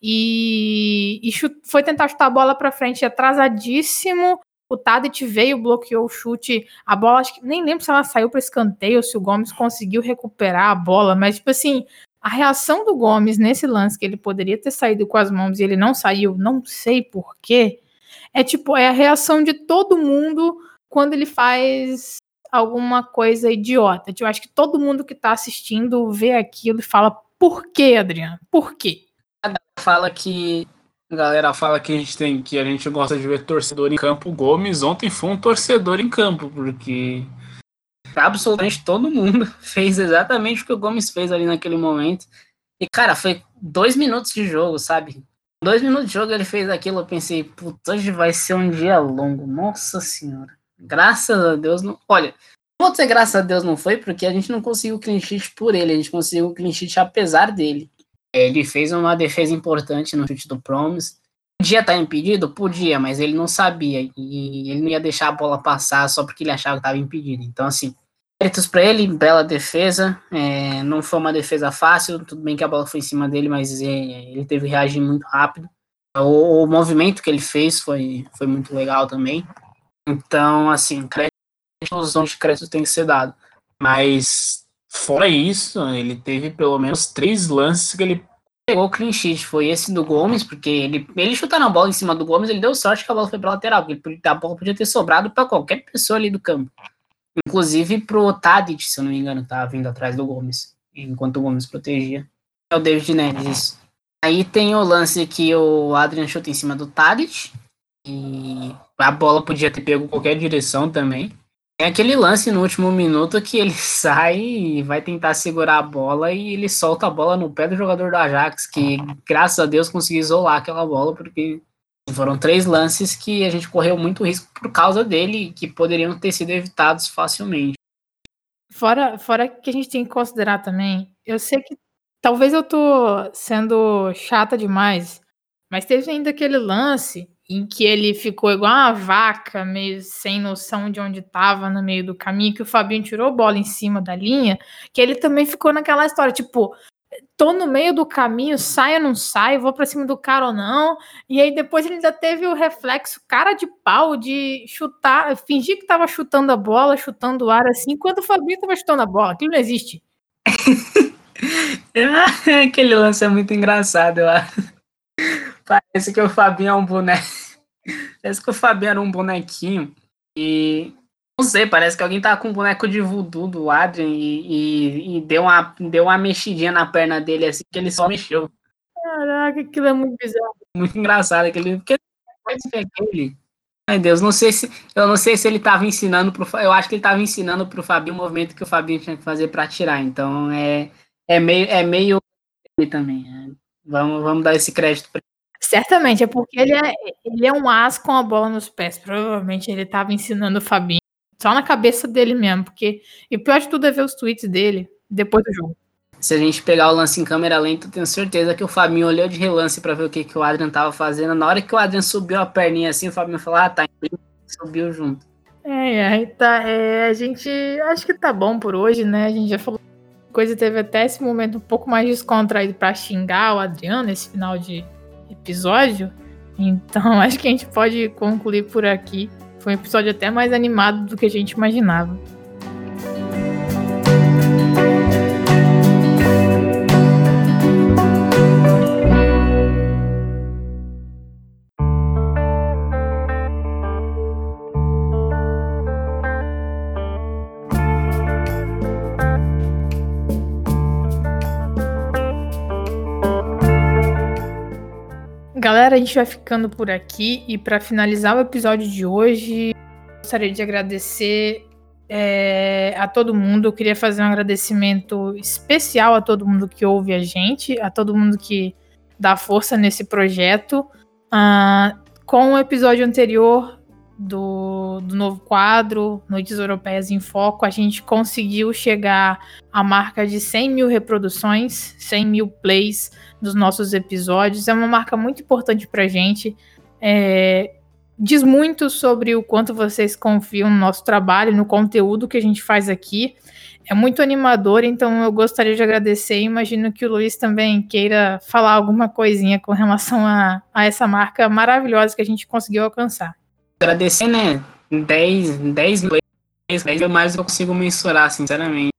E, e chut, foi tentar chutar a bola para frente atrasadíssimo. O Tadic veio, bloqueou o chute, a bola, acho que nem lembro se ela saiu para escanteio, se o Gomes conseguiu recuperar a bola, mas tipo assim, a reação do Gomes nesse lance, que ele poderia ter saído com as mãos e ele não saiu, não sei porquê, é tipo, é a reação de todo mundo quando ele faz alguma coisa idiota. Eu acho que todo mundo que tá assistindo vê aquilo e fala, por quê, Adriano? Por quê? Fala que A galera fala que a gente tem que a gente gosta de ver torcedor em campo. O Gomes ontem foi um torcedor em campo, porque absolutamente todo mundo fez exatamente o que o Gomes fez ali naquele momento. E, cara, foi dois minutos de jogo, sabe? Dois minutos de jogo ele fez aquilo, eu pensei, puta, hoje vai ser um dia longo. Nossa senhora. Graças a Deus não... Olha, não vou dizer graças a Deus não foi, porque a gente não conseguiu clean sheet por ele, a gente conseguiu clean sheet apesar dele. Ele fez uma defesa importante no chute do Promes. Podia estar impedido? Podia, mas ele não sabia. E ele não ia deixar a bola passar só porque ele achava que estava impedido. Então, assim, méritos para ele, bela defesa. É, não foi uma defesa fácil. Tudo bem que a bola foi em cima dele, mas é, ele teve que reagir muito rápido. O, o movimento que ele fez foi, foi muito legal também. Então, assim, crédito, os dons de crédito tem que ser dado. Mas... Fora isso, ele teve pelo menos três lances que ele pegou o clean sheet. Foi esse do Gomes, porque ele, ele chutando a bola em cima do Gomes, ele deu sorte que a bola foi para lateral, porque a bola podia ter sobrado para qualquer pessoa ali do campo. Inclusive pro Tadic, se eu não me engano, tava vindo atrás do Gomes, enquanto o Gomes protegia. É o David Neres, isso. Aí tem o lance que o Adrian chuta em cima do Tadic, e a bola podia ter pego qualquer direção também. Tem aquele lance no último minuto que ele sai e vai tentar segurar a bola e ele solta a bola no pé do jogador do Ajax, que graças a Deus conseguiu isolar aquela bola, porque foram três lances que a gente correu muito risco por causa dele, que poderiam ter sido evitados facilmente. Fora, fora que a gente tem que considerar também, eu sei que talvez eu tô sendo chata demais, mas teve ainda aquele lance em que ele ficou igual uma vaca, meio sem noção de onde estava no meio do caminho, que o Fabinho tirou a bola em cima da linha, que ele também ficou naquela história, tipo, tô no meio do caminho, saio ou não saio, vou pra cima do cara ou não, e aí depois ele ainda teve o reflexo cara de pau de chutar, fingir que tava chutando a bola, chutando o ar assim, enquanto o Fabinho tava chutando a bola, aquilo não existe. Aquele lance é muito engraçado, eu acho. Parece que o Fabinho é um boneco. Parece que o Fabinho era um bonequinho. E não sei, parece que alguém tava com um boneco de voodoo do Adrian e, e, e deu, uma, deu uma mexidinha na perna dele assim que ele só mexeu. Caraca, aquilo é muito bizarro. Muito engraçado aquele. Porque aquele. Ai Deus, não sei se. Eu não sei se ele tava ensinando pro. Eu acho que ele tava ensinando pro Fabinho o movimento que o Fabinho tinha que fazer pra atirar. Então é, é meio. É meio ele também. É. Vamos, vamos dar esse crédito pra ele. Certamente, é porque ele é, ele é um as com a bola nos pés. Provavelmente ele tava ensinando o Fabinho só na cabeça dele mesmo. Porque, e o pior de tudo é ver os tweets dele depois do jogo. Se a gente pegar o lance em câmera lenta, eu tenho certeza que o Fabinho olhou de relance pra ver o que, que o Adrian tava fazendo. Na hora que o Adrian subiu a perninha assim, o Fabinho falou: ah, tá, subiu junto. É, é, tá, é, a gente acho que tá bom por hoje, né? A gente já falou coisa, teve até esse momento um pouco mais descontraído pra xingar o Adriano nesse final de episódio. Então acho que a gente pode concluir por aqui. Foi um episódio até mais animado do que a gente imaginava. Galera, a gente vai ficando por aqui e para finalizar o episódio de hoje, gostaria de agradecer é, a todo mundo. Eu queria fazer um agradecimento especial a todo mundo que ouve a gente, a todo mundo que dá força nesse projeto. Uh, com o episódio anterior do, do novo quadro, Noites Europeias em Foco, a gente conseguiu chegar à marca de cem mil reproduções, cem mil plays dos nossos episódios. É uma marca muito importante pra gente. É, diz muito sobre o quanto vocês confiam no nosso trabalho, no conteúdo que a gente faz aqui. É muito animador, então eu gostaria de agradecer. Imagino que o Luiz também queira falar alguma coisinha com relação a, a essa marca maravilhosa que a gente conseguiu alcançar. Agradecer, né? dez, dez mil plays, dez é mais do que eu consigo mensurar, sinceramente.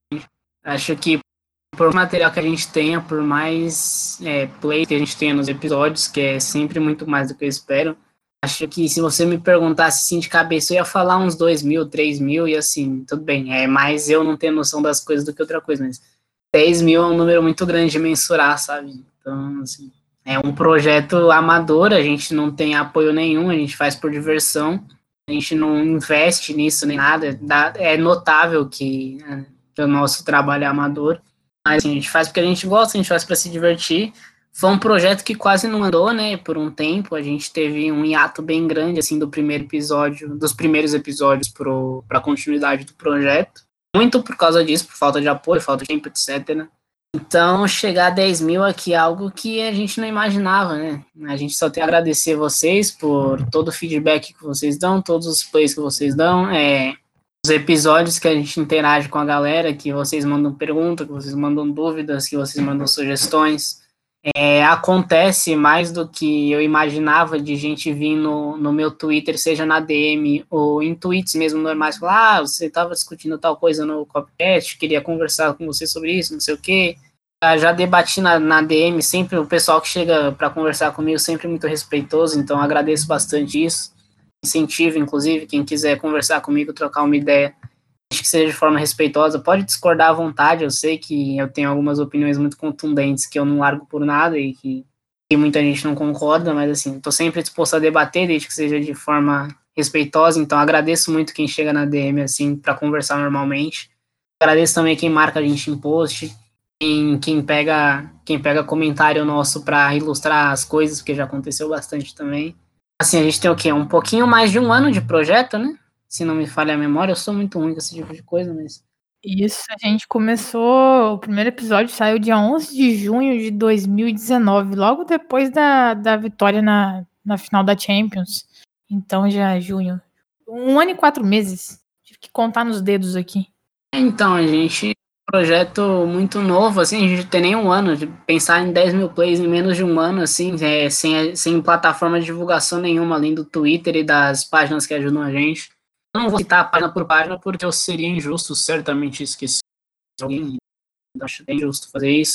Acho que por material que a gente tenha, por mais é, play que a gente tenha nos episódios, que é sempre muito mais do que eu espero, acho que se você me perguntasse assim de cabeça, eu ia falar uns dois mil, três mil, e assim, tudo bem, é mais eu não tenho noção das coisas do que outra coisa, mas dez mil é um número muito grande de mensurar, sabe? Então, assim, é um projeto amador, a gente não tem apoio nenhum, a gente faz por diversão, a gente não investe nisso nem nada, é notável que, né, que o nosso trabalho é amador. Mas assim, a gente faz porque a gente gosta, a gente faz para se divertir. Foi um projeto que quase não andou, né, por um tempo. A gente teve um hiato bem grande, assim, do primeiro episódio, dos primeiros episódios para a continuidade do projeto. Muito por causa disso, por falta de apoio, falta de tempo, etcétera. Então, chegar a dez mil aqui é algo que a gente não imaginava, né? A gente só tem a agradecer vocês por todo o feedback que vocês dão, todos os plays que vocês dão, é... os episódios que a gente interage com a galera, que vocês mandam perguntas, que vocês mandam dúvidas, que vocês mandam sugestões. É, acontece mais do que eu imaginava de gente vir no, no meu Twitter, seja na D M ou em tweets mesmo normais, falar, ah, você estava discutindo tal coisa no Copcast, queria conversar com você sobre isso, não sei o quê. Já debati na, na D M, sempre o pessoal que chega para conversar comigo sempre muito respeitoso, então agradeço bastante isso. Incentivo, inclusive, quem quiser conversar comigo, trocar uma ideia, acho que seja de forma respeitosa, pode discordar à vontade, eu sei que eu tenho algumas opiniões muito contundentes que eu não largo por nada e que, que muita gente não concorda, mas assim, estou sempre disposto a debater, desde que seja de forma respeitosa, então agradeço muito quem chega na D M assim, para conversar normalmente, agradeço também quem marca a gente em post, quem, quem, pega, quem pega comentário nosso para ilustrar as coisas, porque já aconteceu bastante também. Assim, a gente tem o quê? Um pouquinho mais de um ano de projeto, né? Se não me falha a memória, eu sou muito ruim com esse tipo de coisa, mas... Isso, a gente começou... O primeiro episódio saiu dia onze de junho de dois mil e dezenove, logo depois da, da vitória na, na final da Champions. Então já é junho. Um ano e quatro meses. Tive que contar nos dedos aqui. Então, a gente... projeto muito novo, assim, a gente tem nem um ano, de pensar em dez mil plays em menos de um ano, assim, é, sem, sem plataforma de divulgação nenhuma, além do Twitter e das páginas que ajudam a gente. Eu não vou citar página por página, porque eu seria injusto, certamente esqueci alguém, acho que é injusto fazer isso.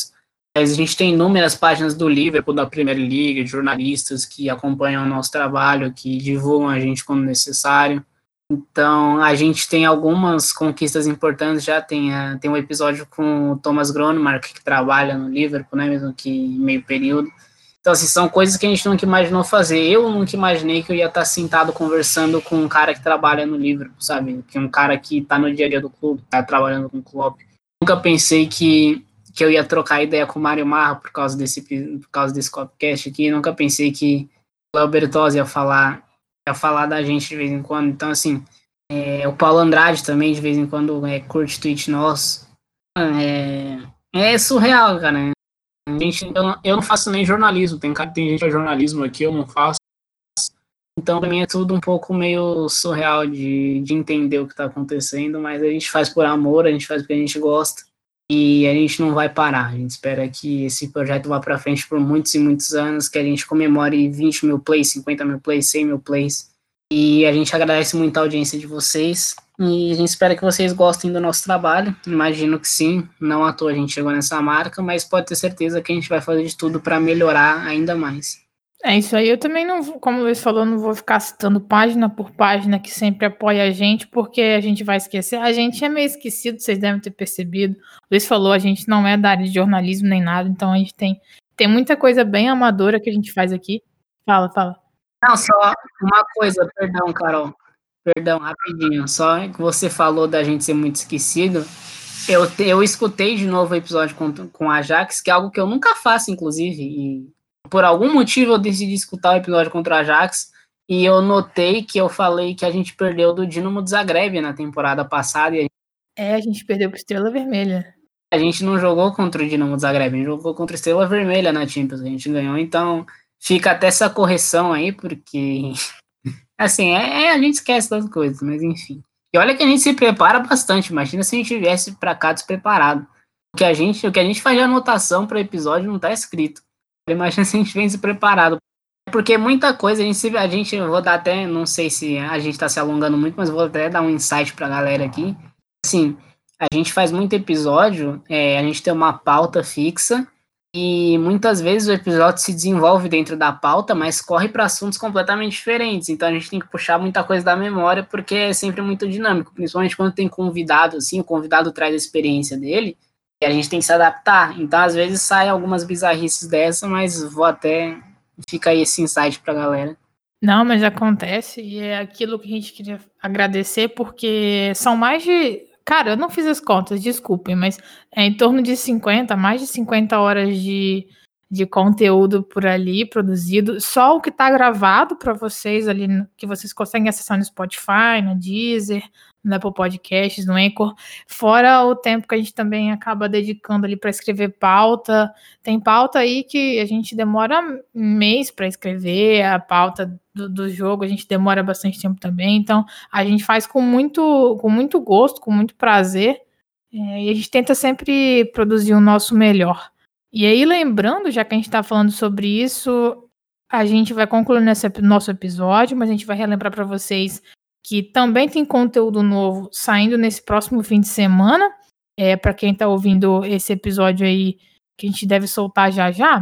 Mas a gente tem inúmeras páginas do Liverpool, da Premier League, jornalistas que acompanham o nosso trabalho, que divulgam a gente quando necessário. Então, a gente tem algumas conquistas importantes, já tem, uh, tem um episódio com o Thomas Gronemark, que trabalha no Liverpool, né, mesmo que em meio período. Então, assim, são coisas que a gente nunca imaginou fazer. Eu nunca imaginei que eu ia estar sentado conversando com um cara que trabalha no Liverpool, sabe? Que é um cara que está no dia a dia do clube, está trabalhando com o Klopp. Nunca pensei que, que eu ia trocar ideia com o Mário Marra por causa desse, por causa desse podcast aqui. Nunca pensei que o Léo Bertozzi ia falar, ia falar da gente de vez em quando. Então, assim, é, o Paulo Andrade também, de vez em quando, é, curte tweet nosso. É, é surreal, cara, né? Gente, eu, não, eu não faço nem jornalismo, tem, tem gente que faz jornalismo aqui, eu não faço. Então, pra mim é tudo um pouco meio surreal de, de entender o que tá acontecendo, mas a gente faz por amor, a gente faz porque a gente gosta e a gente não vai parar. A gente espera que esse projeto vá pra frente por muitos e muitos anos, que a gente comemore vinte mil plays, cinquenta mil plays, cem mil plays. E a gente agradece muito a audiência de vocês e a gente espera que vocês gostem do nosso trabalho. Imagino que sim, não à toa a gente chegou nessa marca, mas pode ter certeza que a gente vai fazer de tudo para melhorar ainda mais. É isso aí, eu também não, como o Luiz falou, não vou ficar citando página por página que sempre apoia a gente, porque a gente vai esquecer. A gente é meio esquecido, vocês devem ter percebido. O Luiz falou, a gente não é da área de jornalismo nem nada, então a gente tem, tem muita coisa bem amadora que a gente faz aqui. Fala, fala. Não, só uma coisa, perdão, Carol, perdão, rapidinho, só que você falou da gente ser muito esquecido, eu, eu escutei de novo o episódio com, com a Ajax, que é algo que eu nunca faço, inclusive, e por algum motivo eu decidi escutar o episódio contra o Ajax, e eu notei que eu falei que a gente perdeu do Dinamo de Zagreb na temporada passada, e a gente, é, a gente perdeu para Estrela Vermelha. A gente não jogou contra o Dinamo de Zagreb, a gente jogou contra a Estrela Vermelha na Champions, a gente ganhou, então... Fica até essa correção aí, porque, assim, é, é, a gente esquece das coisas, mas enfim. E olha que a gente se prepara bastante, imagina se a gente viesse pra cá despreparado. O que a gente, o que a gente faz de anotação para episódio não tá escrito. Imagina se a gente vem despreparado. Porque muita coisa, a gente, a gente, eu vou dar até, não sei se a gente tá se alongando muito, mas vou até dar um insight pra galera aqui. Assim, a gente faz muito episódio, é, a gente tem uma pauta fixa, e muitas vezes o episódio se desenvolve dentro da pauta, mas corre para assuntos completamente diferentes. Então a gente tem que puxar muita coisa da memória, porque é sempre muito dinâmico, principalmente quando tem convidado, assim, o convidado traz a experiência dele, e a gente tem que se adaptar. Então às vezes sai algumas bizarrices dessa, mas vou até... Fica aí esse insight pra galera. Não, mas acontece, e é aquilo que a gente queria agradecer, porque são mais de... Cara, eu não fiz as contas, desculpem, mas é em torno de cinquenta, mais de cinquenta horas de, de conteúdo por ali produzido. Só o que está gravado para vocês ali, que vocês conseguem acessar no Spotify, no Deezer, no Apple Podcasts, no Anchor. Fora o tempo que a gente também acaba dedicando ali para escrever pauta. Tem pauta aí que a gente demora um mês para escrever, a pauta do, do jogo a gente demora bastante tempo também. Então, a gente faz com muito, com muito gosto, com muito prazer. É, e a gente tenta sempre produzir o nosso melhor. E aí, lembrando, já que a gente está falando sobre isso, a gente vai concluir nesse nosso episódio, mas a gente vai relembrar para vocês que também tem conteúdo novo saindo nesse próximo fim de semana. É, para quem está ouvindo esse episódio aí, que a gente deve soltar já já,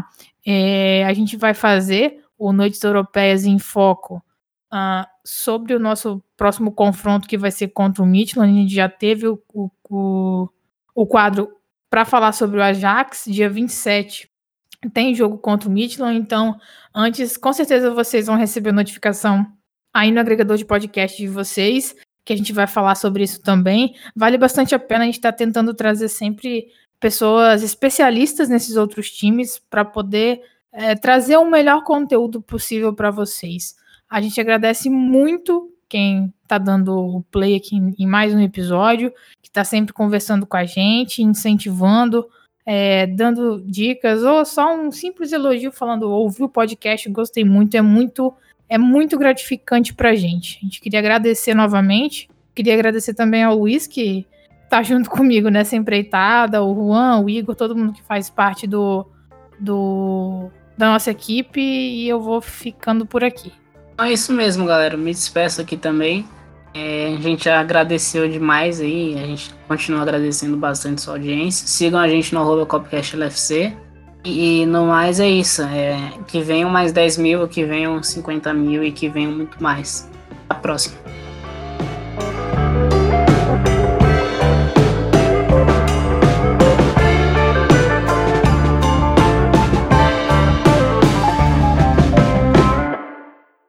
é, a gente vai fazer o Noites Europeias em Foco uh, sobre o nosso próximo confronto, que vai ser contra o Midtjylland. A gente já teve o, o, o, o quadro para falar sobre o Ajax, dia vinte e sete. Tem jogo contra o Midtjylland, então antes, com certeza vocês vão receber notificação aí no agregador de podcast de vocês, que a gente vai falar sobre isso também. Vale bastante a pena, a gente está tentando trazer sempre pessoas especialistas nesses outros times para poder é, trazer o melhor conteúdo possível para vocês. A gente agradece muito quem está dando o play aqui em, em mais um episódio, que está sempre conversando com a gente, incentivando, é, dando dicas, ou só um simples elogio falando, ouvi o podcast, gostei muito, é muito... É muito gratificante pra gente. A gente queria agradecer novamente. Queria agradecer também ao Luiz, que tá junto comigo nessa empreitada, o Juan, o Igor, todo mundo que faz parte do, do, da nossa equipe. E eu vou ficando por aqui. É isso mesmo, galera. Me despeço aqui também. É, a gente já agradeceu demais aí. A gente continua agradecendo bastante sua audiência. Sigam a gente no arroba Copcast L F C. E, e no mais é isso. É, que venham mais dez mil, que venham cinquenta mil e que venham muito mais. Até a próxima.